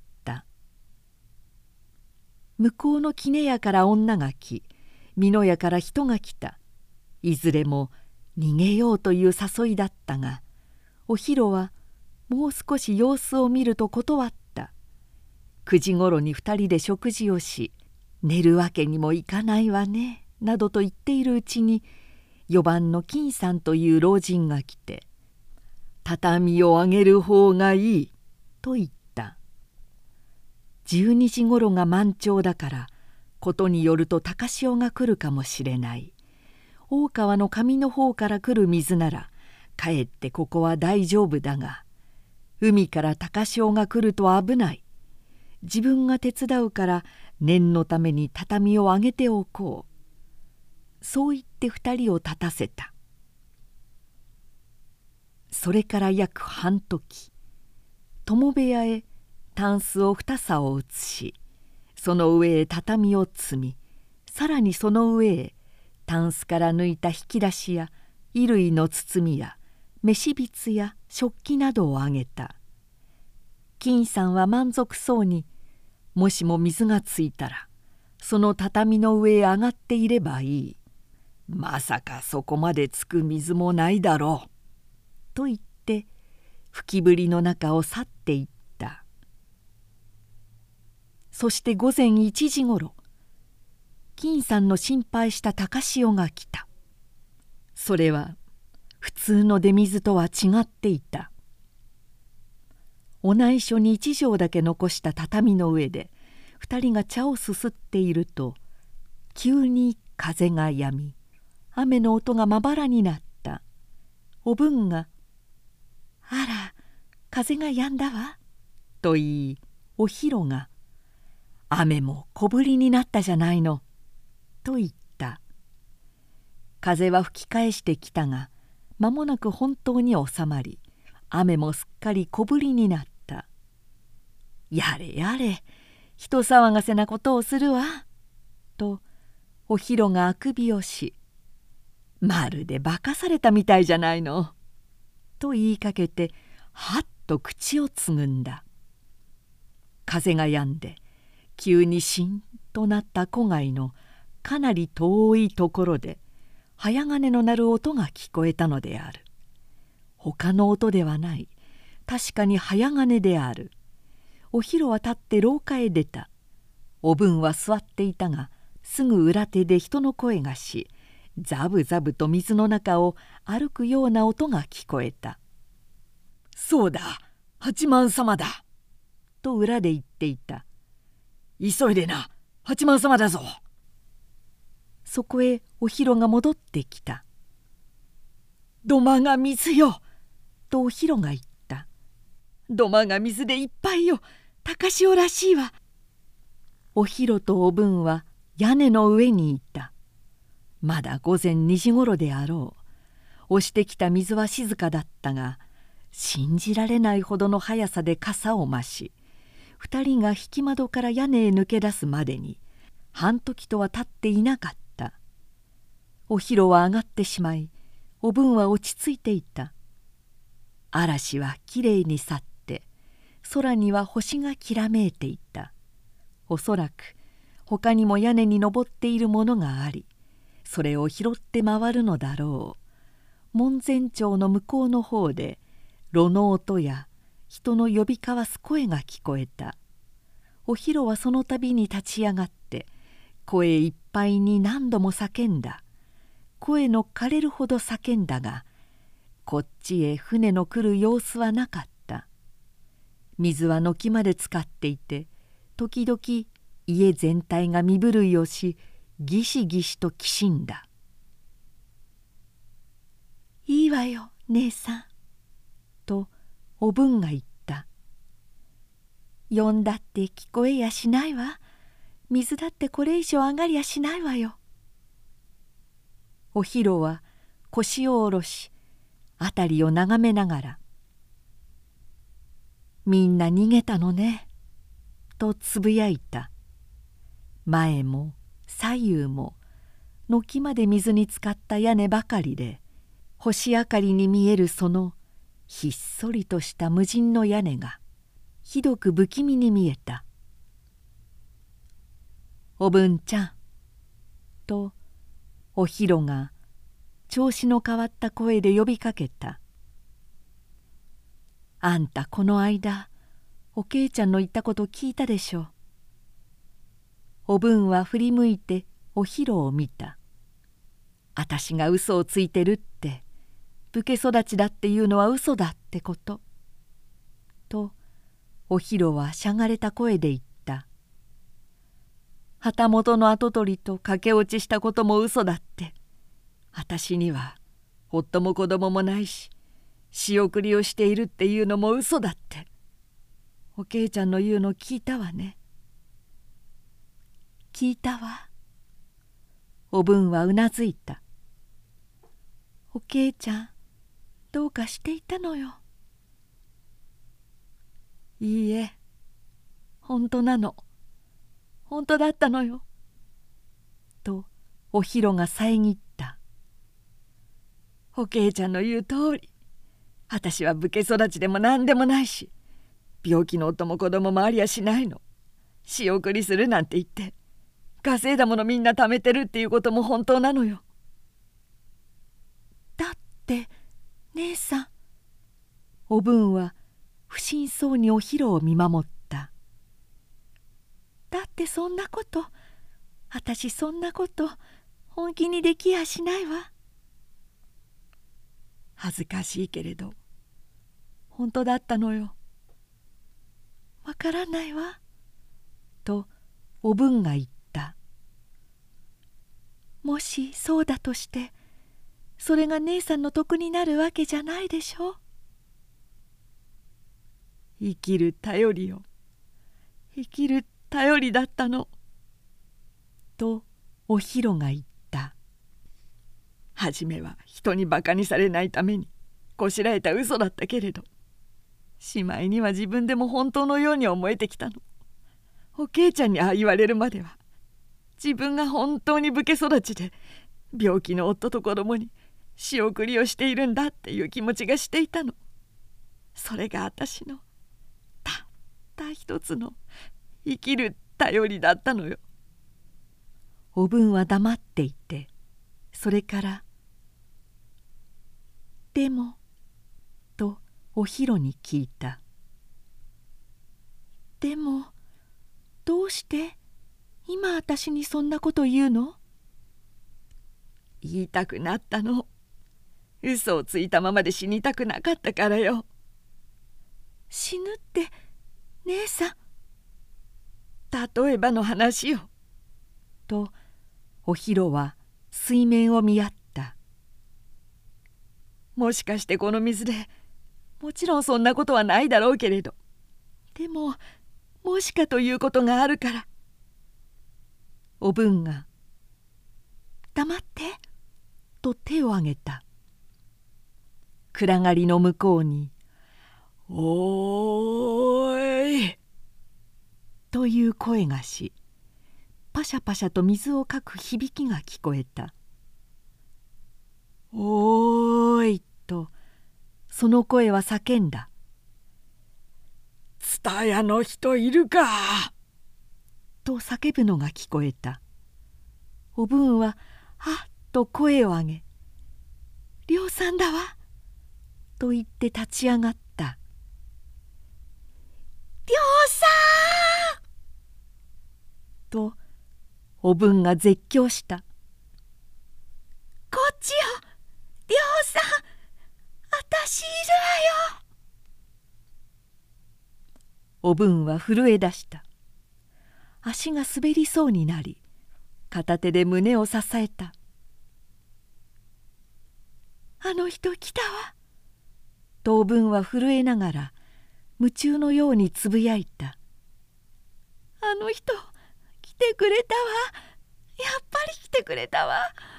S1: 向こうの杵屋から女が来、美濃屋から人が来た。いずれも逃げようという誘いだったが、おひろはもう少し様子を見ると断った。9時ごろに2人で食事をし、寝るわけにもいかないわねなどと言っているうちに、4番の金さんという老人が来て「畳を上げる方がいい」と言った。12時ごろが満潮だから、ことによると高潮が来るかもしれない。大川の上の方から来る水ならかえってここは大丈夫だが、海から高潮が来ると危ない。自分が手伝うから念のために畳を上げておこう。そう言って2人を立たせた。それから約半時、友部屋へタンスを2さを移し、その上へ畳を積み、さらにその上へタンスから抜いた引き出しや衣類の包みや飯びつや食器などをあげた。金さんは満足そうに、もしも水がついたらその畳の上へ上がっていればいい。まさかそこまでつく水もないだろう。と言って吹きぶりの中を去っていった。そして午前1時ごろ、金さんの心配した高潮が来た。それは普通の出水とは違っていた。お内所に1畳だけ残した畳の上で2人が茶をすすっていると、急に風がやみ、雨の音がまばらになった。おぶんが「あら、風がやんだわ」と言い、おひろが「雨も小降りになったじゃないの」と言った。風は吹き返してきたが、間もなく本当に収まり、雨もすっかり小降りになった。やれやれ、人騒がせなことをするわ。とおひろがあくびをし、まるで化かされたみたいじゃないの。と言いかけて、はっと口をつぐんだ。風がやんで、急にしんとなった戸外のかなり遠いところで、早鐘の鳴る音が聞こえたのである。他の音ではない。確かに早鐘である。おひろは立って廊下へ出た。おぶんは座っていたが、すぐ裏手で人の声がし、ザブザブと水の中を歩くような音が聞こえた。
S2: 「そうだ、八幡様だ」
S1: と裏で言っていた。
S2: 「急いでな、八幡様だぞ」。
S1: そこへおひろが戻ってきた。
S2: 「土間が水よ」
S1: とおひろが言った。
S2: 「土間が水でいっぱいよ。高潮らしいわ」。
S1: おひろとおぶんは屋根の上にいた。まだ午前2時ごろであろう。押してきた水は静かだったが、信じられないほどの速さで傘を増し、 2人が引き窓から屋根へ抜け出すまでに半時とは経っていなかった。おひろは上がってしまい、おぶんは落ち着いていた。嵐はきれいに去って、空には星がきらめいていた。おそらく他にも屋根に登っているものがあり、それを拾って回るのだろう。門前町の向こうの方で炉の音や人の呼び交わす声が聞こえた。おひろはその度に立ち上がって声いっぱいに何度も叫んだ。声の枯れるほど叫んだが、こっちへ船の来る様子はなかった。水は軒まで浸かっていて、時々家全体が身震いをし、ギシギシときしんだ。いいわよ、姉さん。とおぶんが言った。呼んだって聞こえやしないわ。水だってこれ以上上がりやしないわよ。おひろは腰を下ろし、辺りを眺めながら、みんな逃げたのね、とつぶやいた。前も左右も軒まで水に浸かった屋根ばかりで、星明かりに見えるそのひっそりとした無人の屋根がひどく不気味に見えた。おぶんちゃん。とおひろが調子の変わった声で呼びかけた。あんたこの間おけいちゃんの言ったこと聞いたでしょう。おぶんは振り向いておひろを見た。あたしが嘘をついてるって、武家育ちだっていうのは嘘だってこと。とおひろはしゃがれた声で言った。旗本の跡取りと駆け落ちしたことも嘘だって。あたしには夫も子供もないし、仕送りをしているっていうのも嘘だって。おけいちゃんの言うの聞いたわね。聞いたわ。おぶんはうなずいた。おけいちゃんどうかしていたのよ。いいえ、本当なの。本当だったのよ。とおひろが遮った。おけいちゃんの言う通り、あたしは武家育ちでも何でもないし、病気の夫も子供もありやしないの。仕送りするなんて言って稼いだものみんな貯めてるっていうことも本当なのよ。だって姉さん。おぶんは不審そうにおひろを見守った。だってそんなこと、あたしそんなこと本気にできやしないわ。恥ずかしいけれど本当だったのよ。わからないわ。とおぶんが言った。もしそうだとしてそれが姉さんの得になるわけじゃないでしょう。生きる頼りよ、生きる頼りだったの。とおひろが言った。はじめは人にバカにされないためにこしらえた嘘だったけれど、しまいには自分でも本当のように思えてきたの。おけいちゃんにああ言われるまでは、自分が本当に武家育ちで病気の夫と子供に仕送りをしているんだっていう気持ちがしていたの。それが私のたった一つの生きる頼りだったのよ。おぶんは黙っていて、それから「でも」とおひろに聞いた。でもどうして今私にそんなこと言うの？言いたくなったの。嘘をついたままで死にたくなかったからよ。死ぬって姉さん。例えばの話よ。とおひろは水面を見合った。もしかしてこの水で、もちろんそんなことはないだろうけれど、でももしかということがあるから。おぶんが「黙って」と手を挙げた。暗がりの向こうに「おーい」 という声がし、パシャパシャと水をかく響きが聞こえた。おーいとその声は叫んだ。
S2: ツタヤの人いるか
S1: と叫ぶのが聞こえた。おぶんははっと声を上げ、りょうさんだわと言って立ち上がった。りょうさんとおぶんが絶叫した。こっちよ、りょうさん、あたしいるわよ。おぶんは震え出した。足が滑りそうになり、片手で胸を支えた。あの人来たわ。とおぶんは震えながら夢中のようにつぶやいた。あの人来てくれたわ。やっぱり来てくれたわ。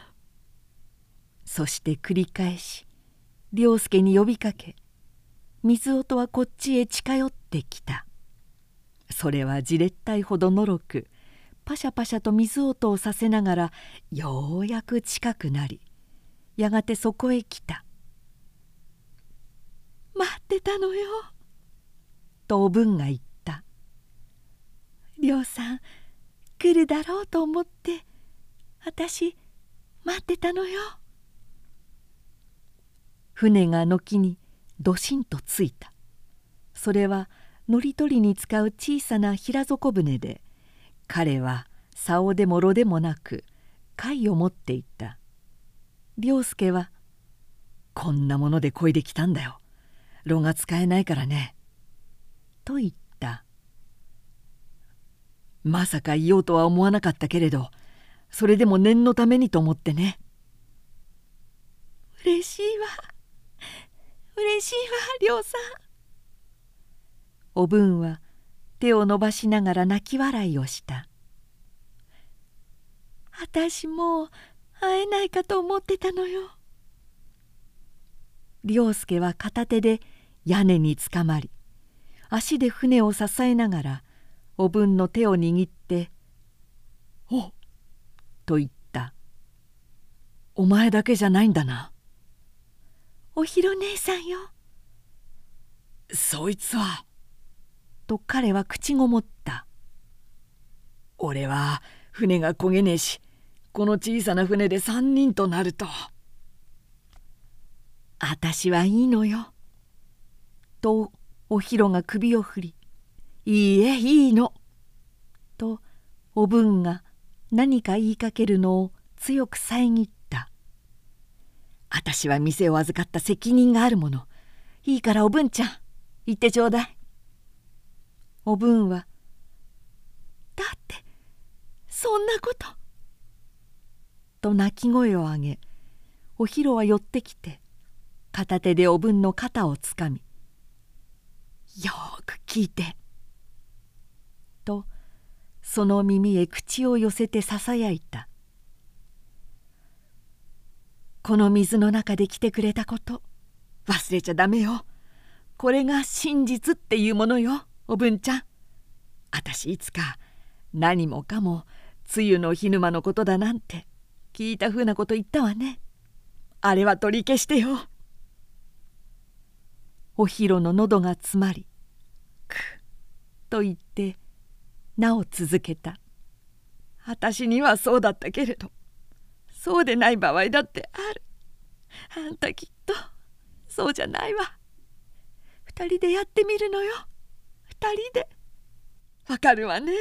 S1: そして繰り返し良介に呼びかけ、水音はこっちへ近寄ってきた。それはじれったいほどのろく、パシャパシャと水音をさせながらようやく近くなり、やがてそこへ来た。待ってたのよ。とおぶんが言った。りょうさん来るだろうと思ってあたし待ってたのよ。船が軒にドシンとついた。それは乗り取りに使う小さな平底船で、彼は竿でもろでもなく貝を持っていた。良介は「こんなもので漕いできたんだよ。櫓が使えないからね」と言った。まさか言おうとは思わなかったけれど、それでも念のためにと思ってね。嬉しいわ、嬉しいわ、亮さん。おぶんは手を伸ばしながら泣き笑いをした。あたしもう会えないかと思ってたのよ。良介は片手で屋根につかまり、足で船を支えながらおぶんの手を握って「おっ!」と言った。「お前だけじゃないんだな。おひろ姉さんよ。
S2: そいつは」
S1: と彼は口ごもった。
S2: 「俺は船が漕げねえし、この小さな船で3人となると」。
S1: あたしはいいのよ。とおひろが首を振り、いいえいいの。とおぶんが何か言いかけるのを強く遮った。あたしは店を預かった責任があるもの。いいからおぶんちゃん、言ってちょうだい。おぶんは、だってそんなこと。と泣き声を上げ、おひろは寄ってきて、片手でおぶんの肩をつかみ、よーく聞いて。とその耳へ口を寄せてささやいた。この水の中で来てくれたこと忘れちゃダメよ。これが真実っていうものよ、おぶんちゃん。あたしいつか何もかも梅雨の日沼のことだなんて聞いたふうなこと言ったわね。あれは取り消してよ。おひろの喉が詰まり、くっと言ってなお続けた。あたしにはそうだったけれど、そうでない場合だってある。あんたきっとそうじゃないわ。2人でやってみるのよ。2人で。わかるわね。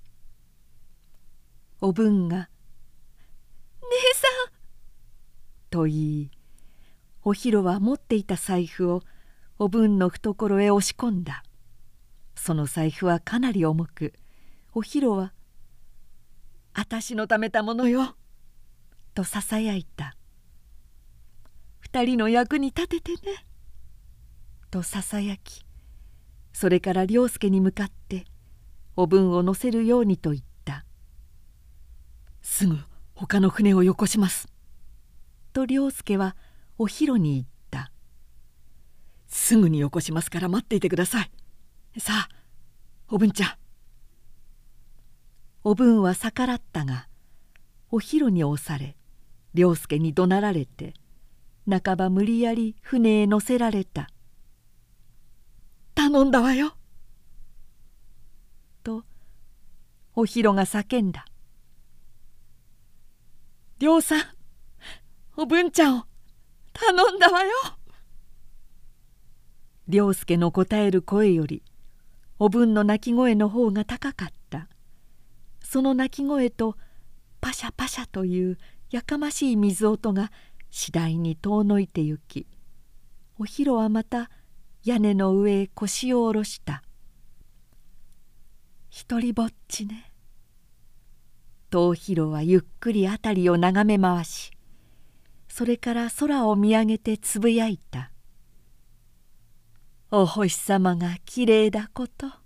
S1: おぶんが「姉さん」と言い、おひろは持っていた財布をおぶんの懐へ押し込んだ。その財布はかなり重く、おひろは「あたしのためたものよ」とささやいた。2人の役に立ててねとささやき、それから良介に向かっておぶんを乗せるようにと言った。すぐ他の船をよこしますと良介はおひろに言った。すぐによこしますから待っていてください。さあおぶんちゃん。 おぶんは逆らったが、おひろに押され良介に怒鳴られて、半ば無理やり船へ乗せられた。
S2: 頼んだわよ。
S1: とおひろが叫んだ。
S2: 亮さん、おぶんちゃんを頼んだわよ。
S1: 良介の答える声よりおぶんの泣き声の方が高かった。その泣き声とパシャパシャというやかましい水音が次第に遠のいてゆき、おひろはまた屋根の上へ腰を下ろした。一人ぼっちね。とおひろはゆっくり辺りを眺め回し、それから空を見上げてつぶやいた。お星さまがきれいだこと。